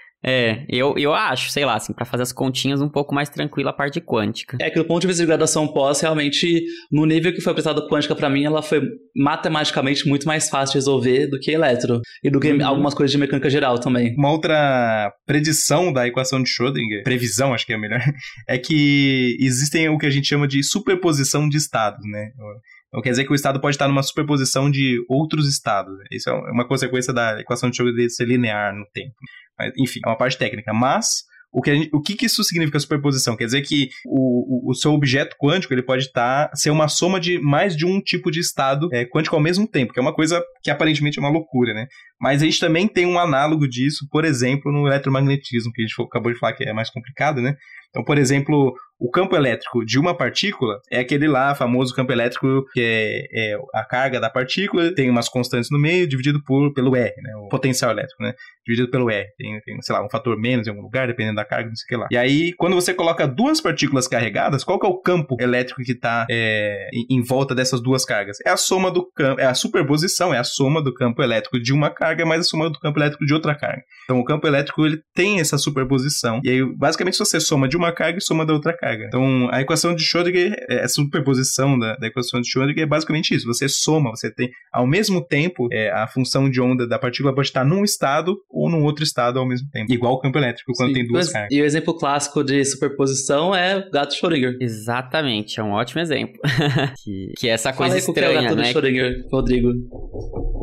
É, eu, eu acho, sei lá, assim, pra fazer as continhas um pouco mais tranquila a parte quântica. É que do ponto de vista de graduação pós, realmente, no nível que foi apresentado quântica pra mim, ela foi matematicamente muito mais fácil de resolver do que eletro. E do que uhum. algumas coisas de mecânica geral também. Uma outra predição da equação de Schrödinger, previsão acho que é melhor, é que existem o que a gente chama de superposição de estados, né? Então quer dizer que o estado pode estar numa superposição de outros estados. Isso é uma consequência da equação de Schrödinger ser linear no tempo. Mas, enfim, é uma parte técnica. Mas o que, a gente, o que, que isso significa superposição? Quer dizer que o, o, o seu objeto quântico ele pode estar, ser uma soma de mais de um tipo de estado é, quântico ao mesmo tempo, que é uma coisa que aparentemente é uma loucura, né? Mas a gente também tem um análogo disso, por exemplo, no eletromagnetismo, que a gente acabou de falar que é mais complicado, né? Então, por exemplo, o campo elétrico de uma partícula é aquele lá famoso campo elétrico que é, é a carga da partícula, tem umas constantes no meio, dividido por, pelo R, né? O potencial elétrico, né? Dividido pelo R. Tem, tem, sei lá, um fator menos em algum lugar, dependendo da carga, não sei o que lá. E aí, quando você coloca duas partículas carregadas, qual que é o campo elétrico que está é, em, em volta dessas duas cargas? É a soma do campo, é a superposição, é a soma do campo elétrico de uma carga mais a soma do campo elétrico de outra carga. Então, o campo elétrico, ele tem essa superposição. E aí, basicamente, você soma de uma carga e soma da outra carga. Então, a equação de Schrödinger, a superposição da, da equação de Schrödinger é basicamente isso. Você soma, você tem, ao mesmo tempo, é, a função de onda da partícula pode estar num estado ou num outro estado ao mesmo tempo. Igual o campo elétrico, quando Sim. tem duas Mas, cargas. E o exemplo clássico de superposição é o gato Schrödinger. Exatamente, é um ótimo exemplo. que, que é essa coisa Fala aí estranha, que é o gato né? do Schrödinger, Rodrigo.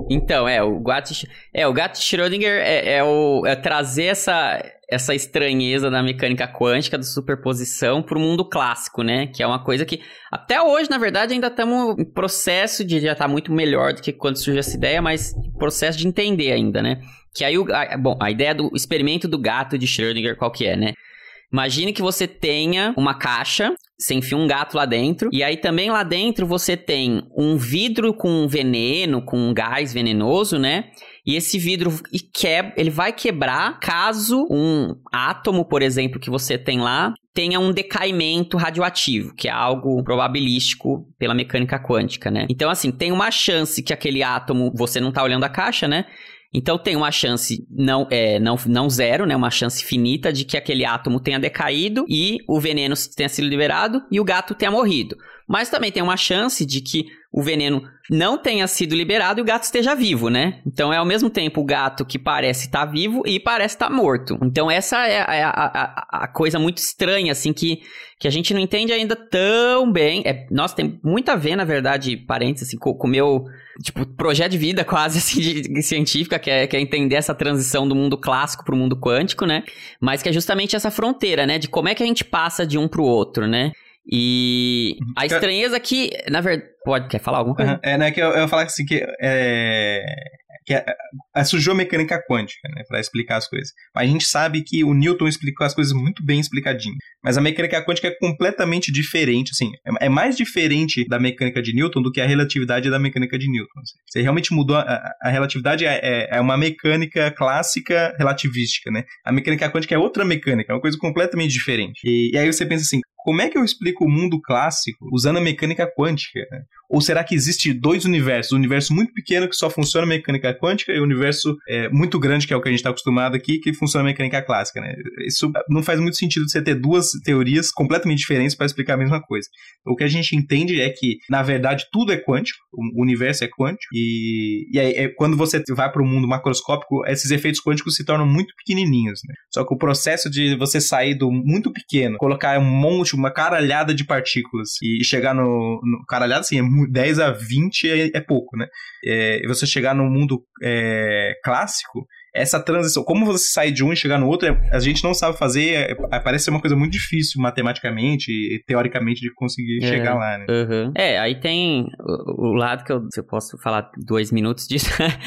Então, é, o gato, é, o gato de Schrödinger é, é, o, é trazer essa, essa estranheza da mecânica quântica, da superposição, para o mundo clássico, né? Que é uma coisa que, até hoje, na verdade, ainda estamos em processo de já estar tá muito melhor do que quando surgiu essa ideia, mas processo de entender ainda, né? Que aí, o, a, bom, a ideia do experimento do gato de Schrödinger, qual que é, né? Imagine que você tenha uma caixa, você enfia um gato lá dentro, e aí também lá dentro você tem um vidro com veneno, com um gás venenoso, né? E esse vidro quebra, ele vai quebrar caso um átomo, por exemplo, que você tem lá, tenha um decaimento radioativo, que é algo probabilístico pela mecânica quântica, né? Então, assim, tem uma chance que aquele átomo, você não tá olhando a caixa, né? Então tem uma chance não, é, não, não zero, né? Uma chance finita de que aquele átomo tenha decaído e o veneno tenha sido liberado e o gato tenha morrido. Mas também tem uma chance de que o veneno não tenha sido liberado e o gato esteja vivo, né? Então é ao mesmo tempo o gato que parece estar vivo e parece estar morto. Então essa é a, a, a coisa muito estranha, assim, que, que a gente não entende ainda tão bem. É, nossa, tem muito a ver, na verdade, parênteses, assim, com o meu... Tipo, projeto de vida quase, assim, de, de científica, que é, que é entender essa transição do mundo clássico pro mundo quântico, né? Mas que é justamente essa fronteira, né? De como é que a gente passa de um pro outro, né? E a estranheza que, na verdade... Pode, quer falar alguma coisa? Uhum. É, né, que eu, eu ia falar assim, que é... que é, é, surgiu a mecânica quântica, né, para explicar as coisas. Mas a gente sabe que o Newton explicou as coisas muito bem explicadinho. Mas a mecânica quântica é completamente diferente, assim, é, é mais diferente da mecânica de Newton do que a relatividade da mecânica de Newton. Assim. Você realmente mudou, a, a, a relatividade é, é, é uma mecânica clássica relativística, né? A mecânica quântica é outra mecânica, é uma coisa completamente diferente. E, e aí você pensa assim, como é que eu explico o mundo clássico usando a mecânica quântica? Né? Ou será que existe dois universos? Um universo muito pequeno que só funciona a mecânica quântica e um universo é, muito grande, que é o que a gente está acostumado aqui, que funciona a mecânica clássica. Né? Isso não faz muito sentido você ter duas teorias completamente diferentes para explicar a mesma coisa. O que a gente entende é que, na verdade, tudo é quântico, o universo é quântico, e, e aí, é, quando você vai para o mundo macroscópico, esses efeitos quânticos se tornam muito pequenininhos. Né? Só que o processo de você sair do muito pequeno, colocar um monte, uma caralhada de partículas e chegar no... no caralhada, assim, é dez a vinte é, é pouco, né? É, você chegar no mundo é, clássico, essa transição, como você sair de um e chegar no outro, é, a gente não sabe fazer, é, parece ser uma coisa muito difícil matematicamente e teoricamente de conseguir é, chegar lá, né? Uhum. É, aí tem o, o lado que eu, se eu posso falar dois minutos disso,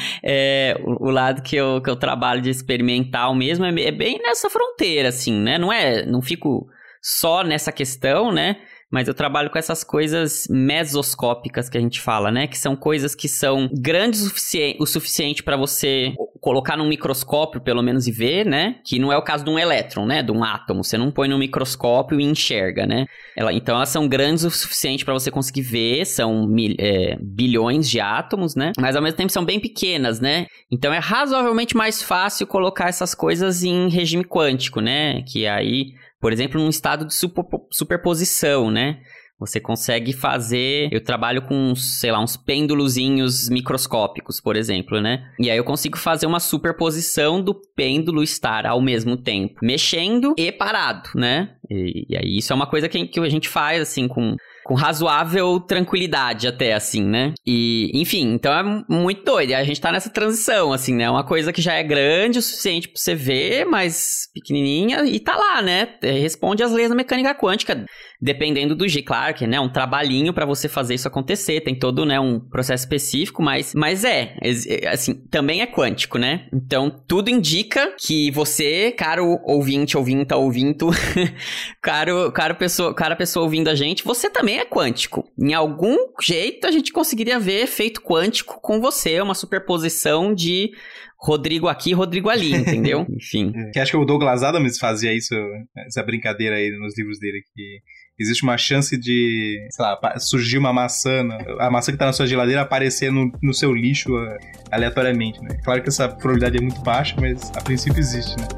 é, o, o lado que eu, que eu trabalho de experimental mesmo é, é bem nessa fronteira, assim, né? Não é, não fico só nessa questão, né? Mas eu trabalho com essas coisas mesoscópicas que a gente fala, né? Que são coisas que são grandes o, sufici- o suficiente para você colocar num microscópio, pelo menos, e ver, né? Que não é o caso de um elétron, né? De um átomo. Você não põe no microscópio e enxerga, né? Ela, então, elas são grandes o suficiente para você conseguir ver. São mil, é, bilhões de átomos, né? Mas, ao mesmo tempo, são bem pequenas, né? Então, é razoavelmente mais fácil colocar essas coisas em regime quântico, né? Que aí... Por exemplo, num estado de super, superposição, né? Você consegue fazer... Eu trabalho com, sei lá, uns pêndulozinhos microscópicos, por exemplo, né? E aí eu consigo fazer uma superposição do pêndulo estar ao mesmo tempo mexendo e parado, né? E, e aí isso é uma coisa que, que a gente faz, assim, com... com razoável tranquilidade até, assim, né? E, enfim, então é muito doido. A gente tá nessa transição, assim, né? Uma coisa que já é grande o suficiente pra você ver, mas pequenininha, e tá lá, né? Responde às leis da mecânica quântica, dependendo do G. Clarke, né? Um trabalhinho pra você fazer isso acontecer. Tem todo, né, um processo específico, mas, mas é, assim, também é quântico, né? Então, tudo indica que você, caro ouvinte, ouvinta, ouvinto, caro, caro pessoa, cara pessoa ouvindo a gente, você também é quântico. Em algum jeito a gente conseguiria ver efeito quântico com você, uma superposição de Rodrigo aqui e Rodrigo ali, entendeu? Enfim. Que acho que o Douglas Adams fazia isso, essa brincadeira aí nos livros dele, que existe uma chance de, sei lá, surgir uma maçã, a maçã que tá na sua geladeira aparecer no, no seu lixo aleatoriamente, né? Claro que essa probabilidade é muito baixa, mas a princípio existe, né?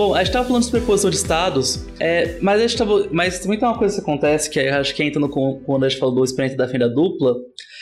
Bom, a gente tava falando de superposição de estados, é, mas, a gente tava, mas também tem uma coisa que acontece, que acho que entra no, quando a gente falou do experimento da fenda dupla,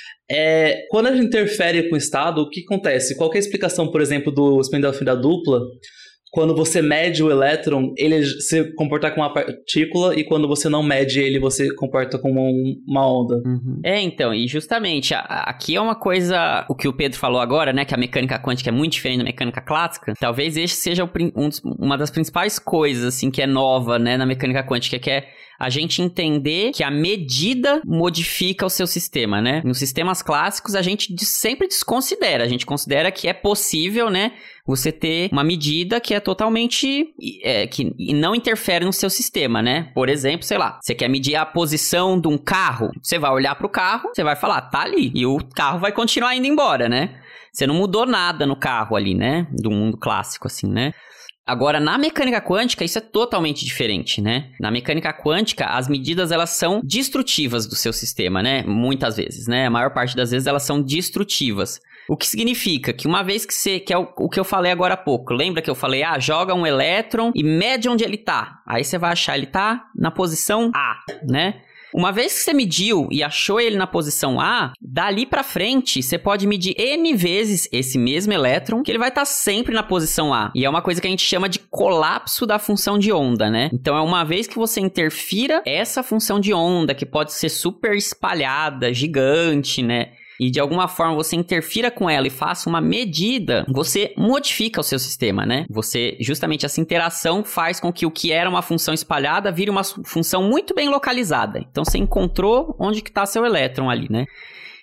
é, quando a gente interfere com o estado, o que acontece? Qual que é a explicação, por exemplo, do experimento da fenda dupla? Quando você mede o elétron, ele se comporta como uma partícula, e quando você não mede ele, você comporta como um, uma onda. Uhum. É, então, e justamente, a, aqui é uma coisa, o que o Pedro falou agora, né, que a mecânica quântica é muito diferente da mecânica clássica, talvez esse seja o, um dos, uma das principais coisas, assim, que é nova, né, na mecânica quântica, que é a gente entender que a medida modifica o seu sistema, né? Nos sistemas clássicos, a gente sempre desconsidera. A gente considera que é possível, né? Você ter uma medida que é totalmente... É, que não interfere no seu sistema, né? Por exemplo, sei lá, você quer medir a posição de um carro. Você vai olhar pro carro, você vai falar, tá ali. E o carro vai continuar indo embora, né? Você não mudou nada no carro ali, né? Do mundo clássico, assim, né? Agora, na mecânica quântica, isso é totalmente diferente, né? Na mecânica quântica, as medidas, elas são destrutivas do seu sistema, né? Muitas vezes, né? A maior parte das vezes, elas são destrutivas. O que significa que uma vez que você... Que é o, o que eu falei agora há pouco. Lembra que eu falei, ah, joga um elétron e mede onde ele tá. Aí você vai achar, ele tá na posição A, né? Uma vez que você mediu e achou ele na posição A, dali pra frente, você pode medir N vezes esse mesmo elétron, que ele vai estar sempre na posição A. E é uma coisa que a gente chama de colapso da função de onda, né? Então, é uma vez que você interfira essa função de onda, que pode ser super espalhada, gigante, né? E de alguma forma você interfira com ela e faça uma medida, você modifica o seu sistema, né? Você, justamente essa interação faz com que o que era uma função espalhada vire uma função muito bem localizada. Então você encontrou onde que está seu elétron ali, né?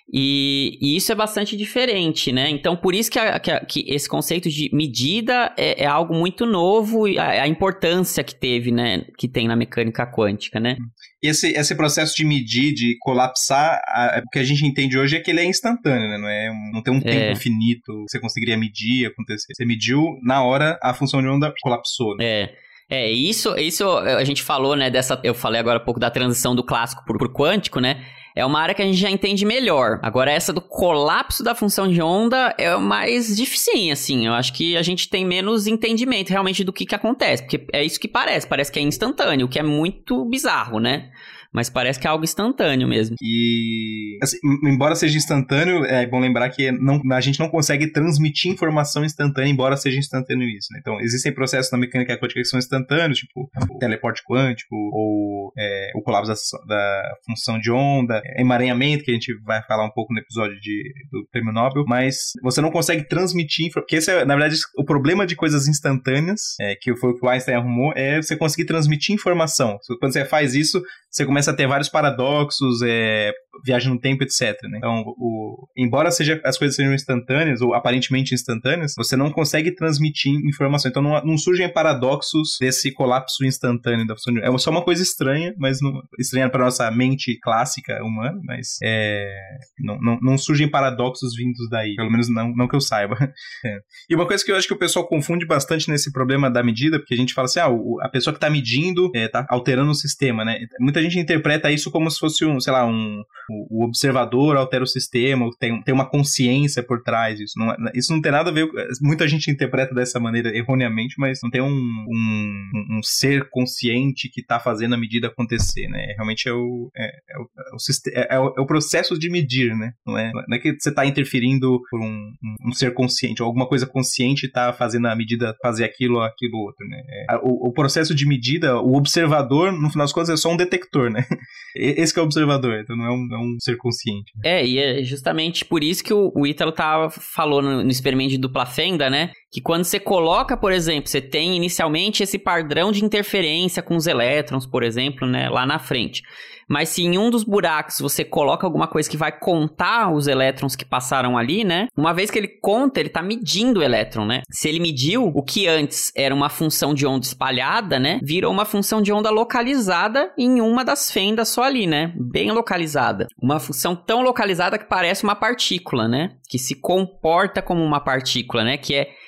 E, e isso é bastante diferente, né? Então, por isso que, a, que, a, que esse conceito de medida é, é algo muito novo, e a, a importância que teve, né? Que tem na mecânica quântica, né? Esse, esse processo de medir, de colapsar, a, o que a gente entende hoje é que ele é instantâneo, né? Não, é um, não tem um tempo é. finito que você conseguiria medir, acontecer. Você mediu, na hora, a função de onda colapsou, né? É. É, isso, isso a gente falou, né, dessa, eu falei agora há pouco da transição do clássico pro, pro quântico, né? É uma área que a gente já entende melhor. Agora, essa do colapso da função de onda é mais dificinho, assim. Eu acho que a gente tem menos entendimento realmente do que que acontece. Porque é isso que parece. Parece que é instantâneo, o que é muito bizarro, né? Mas parece que é algo instantâneo mesmo. E, assim, embora seja instantâneo, é bom lembrar que não, a gente não consegue transmitir informação instantânea, embora seja instantâneo isso, né? Então, existem processos na mecânica quântica que são instantâneos, tipo o teleporte quântico, ou é, o colapso da, da função de onda, emaranhamento, que a gente vai falar um pouco no episódio de, do Prêmio Nobel, mas você não consegue transmitir, porque esse é, na verdade, o problema de coisas instantâneas, é, que foi o que o Einstein arrumou, é você conseguir transmitir informação. Quando você faz isso, você começa a ter vários paradoxos, é, viagem no tempo, etcétera. Né? Então, o, embora seja, as coisas sejam instantâneas, ou aparentemente instantâneas, você não consegue transmitir informação. Então, não, não surgem paradoxos desse colapso instantâneo da função de onda. É só uma coisa estranha, mas não, estranha para a nossa mente clássica humana, mas é, não, não, não surgem paradoxos vindos daí. Pelo menos não, não que eu saiba. É. E uma coisa que eu acho que o pessoal confunde bastante nesse problema da medida, porque a gente fala assim, ah, o, a pessoa que está medindo está é, alterando o sistema, né? Muita gente interpreta isso como se fosse um, sei lá, um, o observador altera o sistema, tem, tem uma consciência por trás disso. Não, isso não tem nada a ver, muita gente interpreta dessa maneira erroneamente, mas não tem um, um, um ser consciente que está fazendo a medida acontecer, né? Realmente é o, é, é, o, é, o, é, o, é o processo de medir, né? Não é, não é que você está interferindo por um, um, um ser consciente, ou alguma coisa consciente está fazendo a medida fazer aquilo ou aquilo outro, né? É, o, o processo de medida, o observador, no final das contas, é só um detector, né? Esse que é o observador, então não é um, é um ser consciente. É, e é justamente por isso que o, o Ítalo tá, falou no, no experimento de dupla fenda, né? Que quando você coloca, por exemplo, você tem inicialmente esse padrão de interferência com os elétrons, por exemplo, né? Lá na frente. Mas se em um dos buracos você coloca alguma coisa que vai contar os elétrons que passaram ali, né? Uma vez que ele conta, ele tá medindo o elétron, né? Se ele mediu, o que antes era uma função de onda espalhada, né? Virou uma função de onda localizada em uma das fendas só ali, né? Bem localizada. Uma função tão localizada que parece uma partícula, né? Que se comporta como uma partícula, né? Que é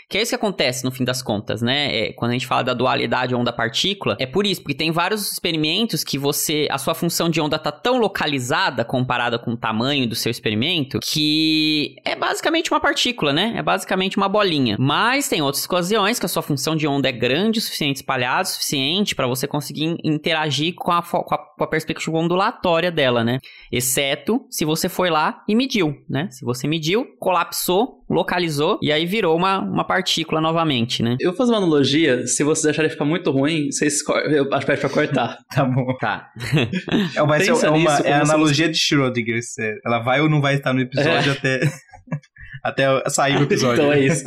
Que é isso que acontece no fim das contas, né? É, quando a gente fala da dualidade onda-partícula, é por isso, porque tem vários experimentos que você, a sua função de onda tá tão localizada comparada com o tamanho do seu experimento, que é basicamente uma partícula, né? É basicamente uma bolinha. Mas tem outras ocasiões que a sua função de onda é grande o suficiente, espalhada o suficiente para você conseguir interagir com a, com, a, com a perspectiva ondulatória dela, né? Exceto se você foi lá e mediu, né? Se você mediu, colapsou, localizou e aí virou uma, uma partícula novamente, né? Eu vou fazer uma analogia, se vocês acharem ficar muito ruim, vocês cor... eu acho que vai pra cortar. Tá bom. Tá. É, vai ser, é, uma, é a analogia você... de Schrödinger. Ela vai ou não vai estar no episódio é. até, até sair o episódio. Então é isso.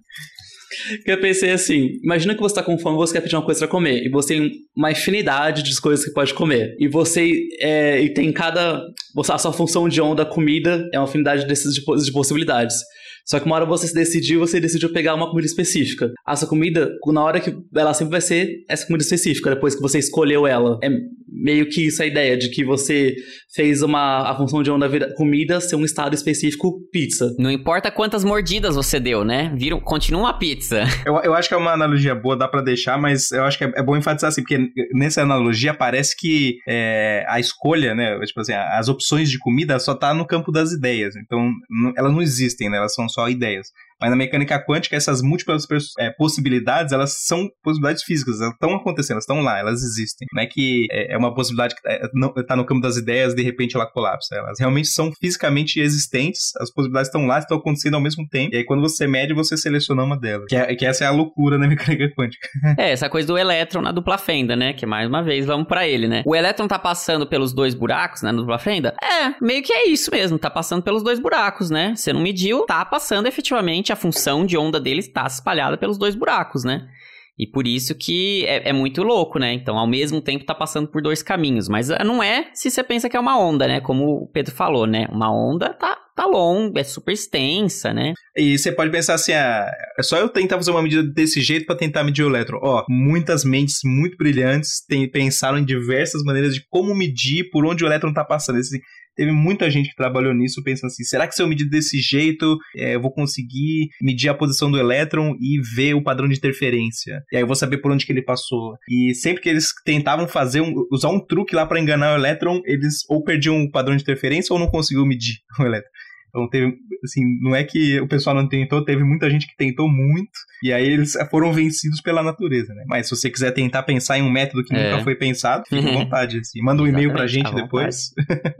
Que eu pensei assim, imagina que você tá com fome e você quer pedir uma coisa pra comer, e você tem uma infinidade de coisas que pode comer, e você é, e tem cada, a sua função de onda, comida, é uma infinidade desses, de, de possibilidades. Só que uma hora você se decidiu, você decidiu pegar uma comida específica. A sua comida, na hora que ela sempre vai ser essa comida específica, depois que você escolheu ela. É meio que isso a ideia de que você fez uma, a função de onda vira, comida ser um estado específico, pizza. Não importa quantas mordidas você deu, né? Vira, continua uma pizza. Eu, eu acho que é uma analogia boa, dá pra deixar, mas eu acho que é, é bom enfatizar assim, porque nessa analogia parece que é, a escolha, né, tipo assim, as opções de comida só tá no campo das ideias. Então, não, elas não existem, né? Elas são só ideias. Mas na mecânica quântica, essas múltiplas é, possibilidades, elas são possibilidades físicas, elas estão acontecendo, elas estão lá, elas existem. Não é que é, é uma possibilidade que está no campo das ideias, de repente ela colapsa. Elas realmente são fisicamente existentes, as possibilidades estão lá, estão acontecendo ao mesmo tempo, e aí quando você mede, você seleciona uma delas. Que, é, que essa é a loucura da mecânica quântica. É, essa coisa do elétron na dupla fenda, né? Que mais uma vez, vamos pra ele, né? O elétron tá passando pelos dois buracos, né, na dupla fenda? É, meio que é isso mesmo, tá passando pelos dois buracos, né? Você não mediu, tá passando efetivamente, a função de onda dele está espalhada pelos dois buracos, né? E por isso que é, é muito louco, né? Então, ao mesmo tempo, tá passando por dois caminhos. Mas não é se você pensa que é uma onda, né? Como o Pedro falou, né? Uma onda tá, tá longa, é super extensa, né? E você pode pensar assim, ah, é só eu tentar fazer uma medida desse jeito para tentar medir o elétron. Ó, muitas mentes muito brilhantes tem, pensaram em diversas maneiras de como medir por onde o elétron tá passando. Esse, Teve muita gente que trabalhou nisso pensando assim, será que se eu medir desse jeito, é, eu vou conseguir medir a posição do elétron e ver o padrão de interferência? E aí eu vou saber por onde que ele passou. E sempre que eles tentavam fazer um, usar um truque lá para enganar o elétron, eles ou perdiam o padrão de interferência ou não conseguiam medir o elétron. Então teve, assim, não é que o pessoal não tentou, teve muita gente que tentou muito, e aí eles foram vencidos pela natureza, né? Mas se você quiser tentar pensar em um método que é. nunca foi pensado, fica à vontade, assim. Manda um Exatamente, e-mail pra gente depois.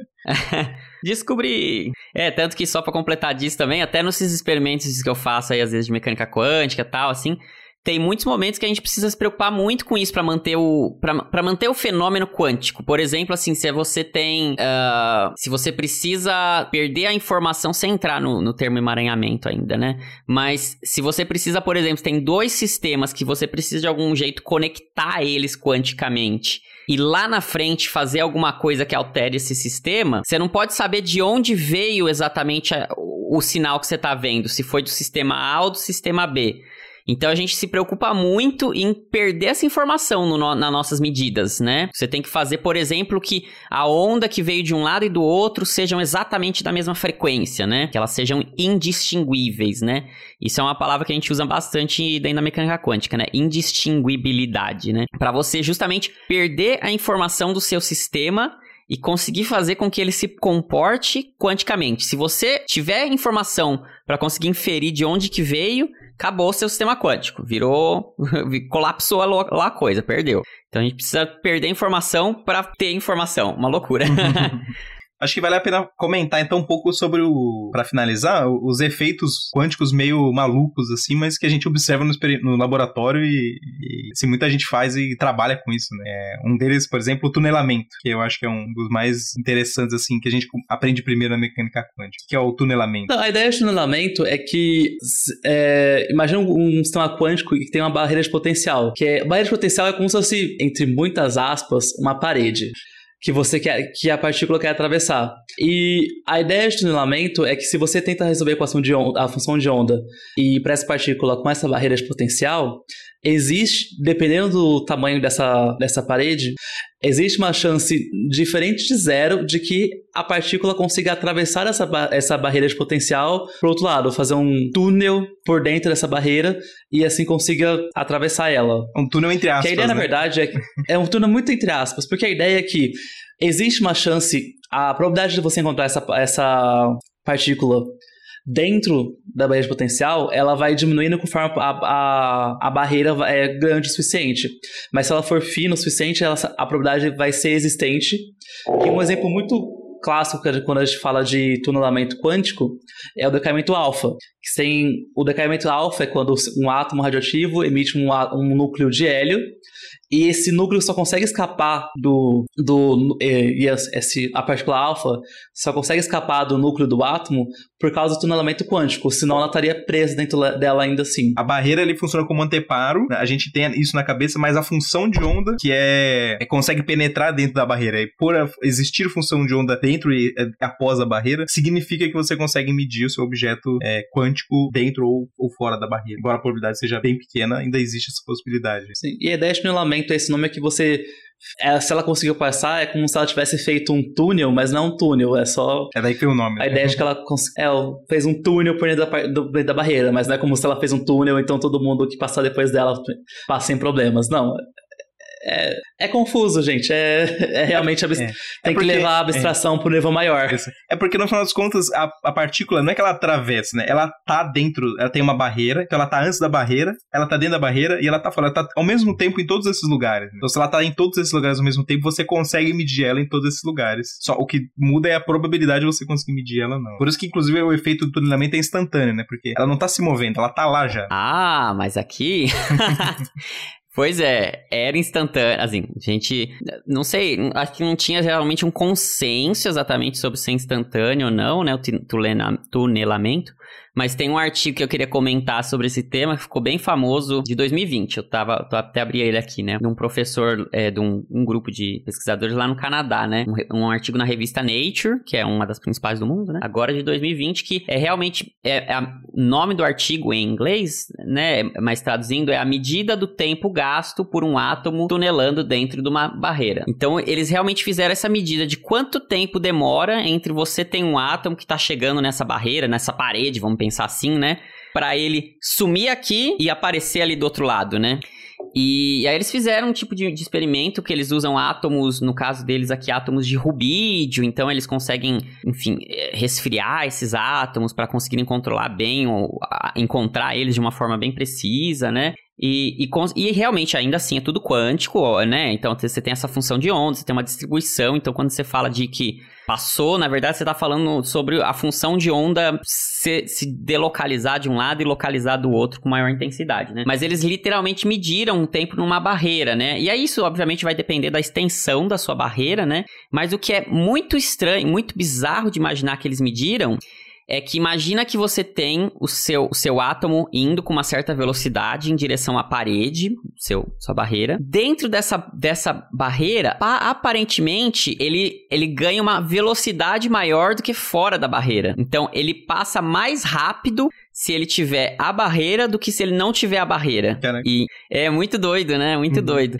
Descobri. É, tanto que só pra completar disso também, até nesses experimentos que eu faço aí, às vezes, de mecânica quântica e tal, assim, tem muitos momentos que a gente precisa se preocupar muito com isso para manter o para manter o fenômeno quântico. Por exemplo, assim, se você tem uh, se você precisa perder a informação sem entrar no, no termo emaranhamento ainda, né? Mas se você precisa, por exemplo, tem dois sistemas que você precisa de algum jeito conectar eles quanticamente e lá na frente fazer alguma coisa que altere esse sistema, você não pode saber de onde veio exatamente a, o, o sinal que você está vendo, se foi do sistema A ou do sistema B. Então a gente se preocupa muito em perder essa informação no, no, nas nossas medidas, né? Você tem que fazer, por exemplo, que a onda que veio de um lado e do outro sejam exatamente da mesma frequência, né? Que elas sejam indistinguíveis, né? Isso é uma palavra que a gente usa bastante dentro da mecânica quântica, né? Indistinguibilidade, né? Para você justamente perder a informação do seu sistema e conseguir fazer com que ele se comporte quanticamente. Se você tiver informação para conseguir inferir de onde que veio, acabou o seu sistema quântico. Virou... colapsou lá a coisa, perdeu. Então a gente precisa perder informação para ter informação. Uma loucura. Acho que vale a pena comentar então um pouco sobre o, para finalizar, os efeitos quânticos meio malucos assim, mas que a gente observa no, no laboratório e, e assim, muita gente faz e trabalha com isso, né? Um deles, por exemplo, o tunelamento, que eu acho que é um dos mais interessantes assim, que a gente aprende primeiro na mecânica quântica, que é o tunelamento. Não, a ideia de tunelamento é que é, imagina um sistema quântico que tem uma barreira de potencial, que é, a barreira de potencial é como se fosse, entre muitas aspas, uma parede que você quer, que a partícula quer atravessar. E a ideia de tunelamento é que se você tenta resolver a equação de onda, a função de onda e para essa partícula com essa barreira de potencial, existe, dependendo do tamanho dessa, dessa parede, existe uma chance diferente de zero de que a partícula consiga atravessar essa, ba- essa barreira de potencial pro outro lado, fazer um túnel por dentro dessa barreira e assim consiga atravessar ela. Um túnel entre aspas, Que a ideia, né? na verdade, é, que- é um túnel muito entre aspas, porque a ideia é que existe uma chance, a probabilidade de você encontrar essa, essa partícula dentro da barreira de potencial, ela vai diminuindo conforme a, a, a barreira é grande o suficiente. Mas se ela for fina o suficiente, ela, a probabilidade vai ser existente. E um exemplo muito clássico quando a gente fala de tunelamento quântico é o decaimento alfa. Que tem, o decaimento alfa é quando um átomo radioativo emite um, um núcleo de hélio, e esse núcleo só consegue escapar do... do e, e esse, a partícula alfa só consegue escapar do núcleo do átomo por causa do tunelamento quântico, senão ela estaria presa dentro dela ainda assim. A barreira, ele funciona como anteparo, a gente tem isso na cabeça, mas a função de onda, que é, é consegue penetrar dentro da barreira, e por a, existir função de onda dentro e é, após a barreira, significa que você consegue medir o seu objeto é, quântico dentro ou, ou fora da barreira. Embora a probabilidade seja bem pequena, ainda existe essa possibilidade. Sim, e a ideia de tunelamento, esse nome é que você... É, se ela conseguiu passar, é como se ela tivesse feito um túnel, mas não um túnel, é só... É daí que veio o nome. A ideia de que ela cons... é, fez um túnel por dentro da, do, da barreira, mas não é como se ela fez um túnel, então todo mundo que passar depois dela passa sem problemas. Não, é, é confuso, gente. É, é realmente... Abst... É. Tem é porque, que levar a abstração é. pro nível maior. Isso. É porque, no final das contas, a, a partícula não é que ela atravessa, né? Ela tá dentro, ela tem uma barreira, então ela tá antes da barreira, ela tá dentro da barreira e ela tá fora. Ela tá ao mesmo tempo em todos esses lugares. Então, se ela tá em todos esses lugares ao mesmo tempo, você consegue medir ela em todos esses lugares. Só o que muda é a probabilidade de você conseguir medir ela, não. Por isso que, inclusive, o efeito do tunelamento é instantâneo, né? Porque ela não tá se movendo, ela tá lá já. Ah, mas aqui... Pois é, era instantâneo, assim, gente, não sei, acho que não tinha realmente um consenso exatamente sobre ser instantâneo ou não, né, o tunelamento, mas tem um artigo que eu queria comentar sobre esse tema, que ficou bem famoso, de dois mil e vinte, eu tava, eu até abri ele aqui, né, de um professor, é, de um, um grupo de pesquisadores lá no Canadá, né, um, um artigo na revista Nature, que é uma das principais do mundo, né, agora de dois mil e vinte, que é realmente, é, é o nome do artigo em inglês, né, mas traduzindo, é a medida do tempo gasto por um átomo tunelando dentro de uma barreira. Então, eles realmente fizeram essa medida de quanto tempo demora entre você ter um átomo que tá chegando nessa barreira, nessa parede, vamos pensar assim, né? Para ele sumir aqui e aparecer ali do outro lado, né? E, e aí eles fizeram um tipo de, de experimento que eles usam átomos, no caso deles aqui, átomos de rubídio, então eles conseguem, enfim, resfriar esses átomos para conseguirem controlar bem ou a, encontrar eles de uma forma bem precisa, né? E, e, e realmente, ainda assim, é tudo quântico, né? Então, você tem essa função de onda, você tem uma distribuição. Então, quando você fala de que passou, na verdade, você está falando sobre a função de onda se, se delocalizar de um lado e localizar do outro com maior intensidade, né? Mas eles literalmente mediram um tempo numa barreira, né? E aí, isso, obviamente, vai depender da extensão da sua barreira, né? Mas o que é muito estranho, muito bizarro de imaginar que eles mediram... é que imagina que você tem o seu, o seu átomo indo com uma certa velocidade em direção à parede, seu, sua barreira. Dentro dessa, dessa barreira, aparentemente, ele, ele ganha uma velocidade maior do que fora da barreira. Então, ele passa mais rápido se ele tiver a barreira do que se ele não tiver a barreira. Caraca. E é muito doido, né? Muito uhum. doido.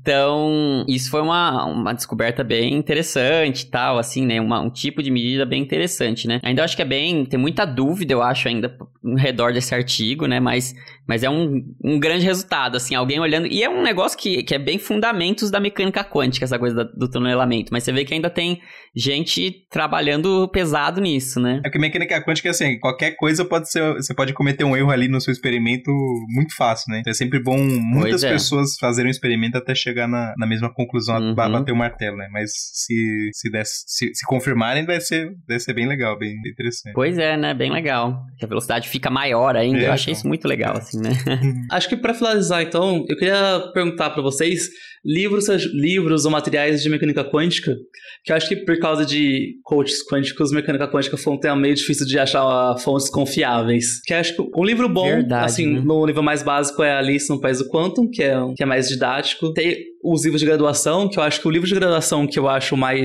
Então, isso foi uma, uma descoberta bem interessante e tal, assim, né? Uma, um tipo de medida bem interessante, né? Ainda acho que é bem... Tem muita dúvida, eu acho, ainda ao redor desse artigo, né? Mas, mas é um, um grande resultado, assim, alguém olhando... E é um negócio que, que é bem fundamentos da mecânica quântica, essa coisa da, do tunelamento. Mas você vê que ainda tem gente trabalhando pesado nisso, né? É que mecânica quântica é assim, qualquer coisa pode ser... Você pode cometer um erro ali no seu experimento muito fácil, né? Então é sempre bom muitas é. pessoas fazerem um experimento até chegar na, na mesma conclusão, uhum. bater o martelo, né? Mas se, se, der, se, se confirmarem, vai ser, vai ser bem legal, bem interessante. Pois é, né? Bem legal. A velocidade fica maior ainda. É, eu achei então. isso muito legal, é. assim, né? Acho que pra finalizar, então, eu queria perguntar pra vocês livros, livros ou materiais de mecânica quântica, que eu acho que por causa de coaches quânticos, mecânica quântica foi um tema meio difícil de achar fontes confiáveis. Que eu acho que um livro bom, Verdade, assim, né? no nível mais básico é Alice no País do Quantum, que é, que é mais didático. Tem os livros de graduação, que eu acho que o livro de graduação que eu acho mais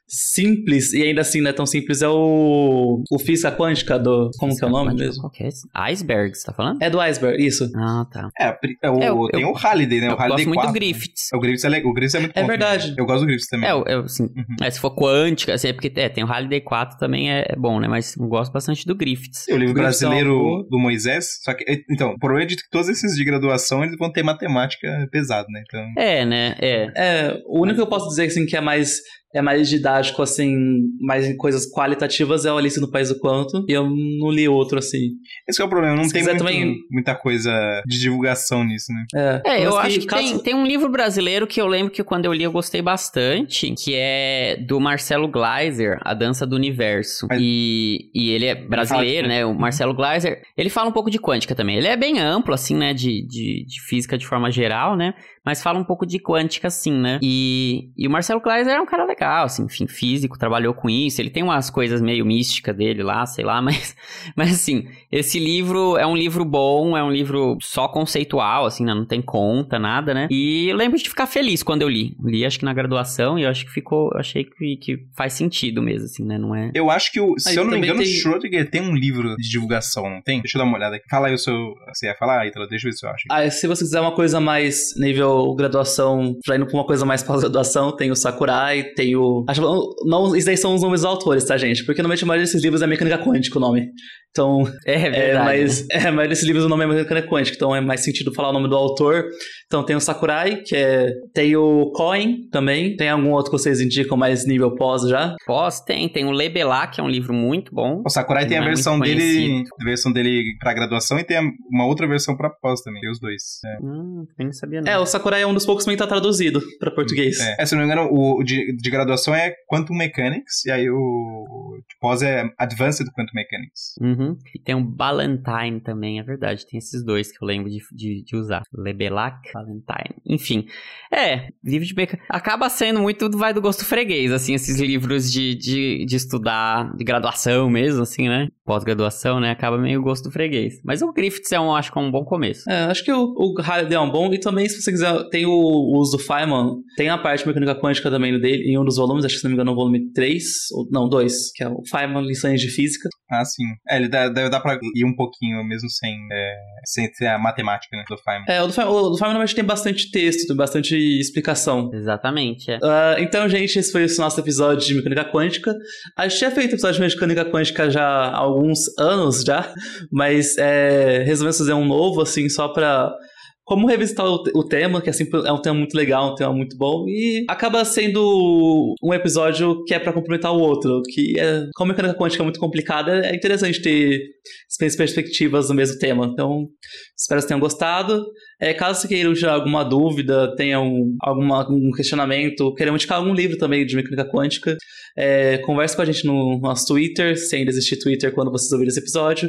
simples, e ainda assim não é tão simples, é o, o Física Quântica do... Como Física que é o nome quântica, mesmo? Qual que é esse? Iceberg, você tá falando? É do Iceberg, isso. Ah, tá. É, é o, É, eu- tem eu- o Halliday, né? Eu O Halliday gosto muito quatro, do né? Griffiths. O Griffiths é, le- o Griffiths é muito É bom. verdade. Eu gosto do Griffiths também. É, eu, eu, assim, Uhum. é, se for quântica, assim, é porque é, tem o Halliday quatro também é, é bom, né? Mas eu gosto bastante do Griffiths. O livro O Griffiths é uma brasileiro boa. do Moisés, só que, então, o problema é de que todos esses de graduação, eles vão ter matemática pesada, né? Então, É, né? É. É, o único que eu posso dizer, assim, que é mais... É mais didático, assim, mais em coisas qualitativas é o Alice no País do Quanto. E eu não li outro, assim. esse que é o problema, não Se tem quiser muito- também- muita coisa de divulgação nisso, né? É, É, eu mas acho que caso- tem, tem um livro brasileiro que eu lembro que quando eu li eu gostei bastante, que é do Marcelo Gleiser, A Dança do Universo. Mas- E, e ele é brasileiro, fala- né? O Marcelo Gleiser, ele fala um pouco de quântica também. Ele é bem amplo, assim, né? De, de, de física de forma geral, né? Mas fala um pouco de quântica, assim, né? E, e o Marcelo Gleiser é um cara legal, assim, enfim, físico, trabalhou com isso. Ele tem umas coisas meio místicas dele lá, sei lá, mas, mas assim, esse livro é um livro bom, é um livro só conceitual, assim, né? Não tem conta, nada, né? E eu lembro de ficar feliz quando eu li. Li, acho que na graduação, e eu acho que ficou, eu achei que, que faz sentido mesmo, assim, né? Não é... Eu acho que, o, se Aí eu não me também engano, o tem- Schrödinger tem um livro de divulgação, não tem? Deixa eu dar uma olhada aqui. Fala aí o seu... Você ia falar, Ítalo? Deixa eu ver se eu acho. Ah, se você quiser uma coisa mais nível graduação, já indo pra uma coisa mais pós-graduação, tem o Sakurai, tem o... Acho, não, esses daí são os nomes dos autores, tá, gente? Porque normalmente a maioria desses livros é mecânica quântica o nome. Então, É é, verdade. mas é, a maioria desses livros o nome é mecânica quântica, então é mais sentido falar o nome do autor. Então tem o Sakurai, que é... Tem o Cohen também. Tem algum outro que vocês indicam mais nível pós já? Pós tem, tem o Lebelá, que é um livro muito bom. O Sakurai tem a Não é versão muito dele, conhecido. a versão dele pra graduação e tem a- uma outra versão pra pós também. Tem os dois. É. Hum, eu não sabia não. É, o Sakurai é um dos poucos que também tá traduzido pra português. É, se eu não me engano, o de, de graduação é Quantum Mechanics e aí o, o de pós é Advanced Quantum Mechanics. Uhum. E tem um Ballantine também, é verdade. Tem esses dois que eu lembro de, de, de usar. Lebelac, Ballantine. Enfim. É, livro de mecânica. Acaba sendo muito, vai do gosto freguês, assim, esses livros de, de, de estudar, de graduação mesmo, assim, né? Pós-graduação, né? Acaba meio gosto do freguês. Mas o Griffiths é um, acho que é um bom começo. É, acho que o, o Halliday é um bom. E também, se você quiser, tem o, o uso do Feynman. Tem a parte mecânica quântica também dele, em um dos volumes, acho que se não me engano, no volume três, ou não, dois, que é o Feynman Lições de Física. Ah, sim. É, ele dá, dá, dá pra ir um pouquinho mesmo sem, é, sem ter a matemática, né, do Feynman. É, o do Feynman, o do Feynman normalmente tem bastante texto, tem bastante explicação. Exatamente, é. Uh, então, gente, esse foi o nosso episódio de mecânica quântica. A gente tinha feito episódio de mecânica quântica já há alguns anos já, mas é, resolvemos fazer um novo, assim, só pra... Como revisitar o, o tema, que é, sempre, é um tema muito legal, um tema muito bom, e acaba sendo um episódio que é pra complementar o outro, que é, como a mecânica quântica é muito complicada, é interessante ter as perspectivas do mesmo tema. Então, espero que vocês tenham gostado. É, caso vocês queiram tirar alguma dúvida, tenham alguma, algum questionamento, queiram indicar algum livro também de mecânica quântica, é, converse com a gente no nosso Twitter, se ainda existir Twitter quando vocês ouvirem esse episódio,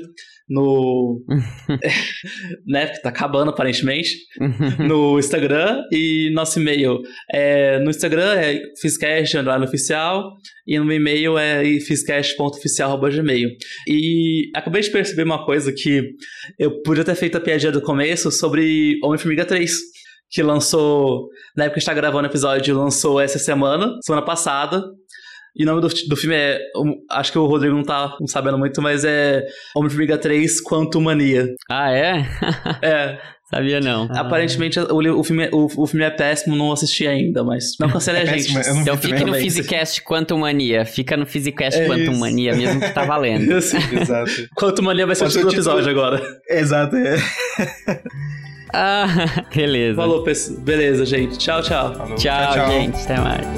no... né, que tá acabando aparentemente, no Instagram, e nosso e-mail é, no Instagram é fizcast underline oficial, e no meu e-mail é fizcast ponto oficial arroba gmail. E acabei de perceber uma coisa que eu podia ter feito a piadinha do começo sobre Homem-Formiga três, que lançou, na época que a gente tá gravando o episódio, lançou essa semana, semana passada. E o nome do, do filme é, um, acho que o Rodrigo não tá não sabendo muito, mas é Homem-Formiga três Quantum Mania. Ah, é? É. Sabia não. Aparentemente o, o, filme, o, o filme é péssimo, não assisti ainda, mas não cancele a É gente. péssimo, eu não vi Então também. fique no também. Physicast Quantum Mania. Fica no Physicast É Quantum isso. Mania, mesmo que tá valendo. Isso. Exato. Quantum Mania vai ser o Pode ser título do o título. episódio agora. Exato, é. Ah, beleza. Falou, pessoal. Beleza, gente. Tchau, tchau. Falou. Tchau, gente. Até mais.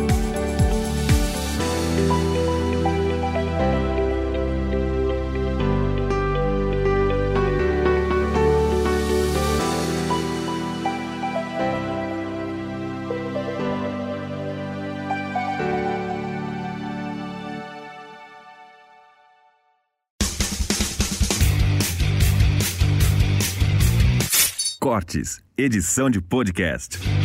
Cortes, edição de podcast.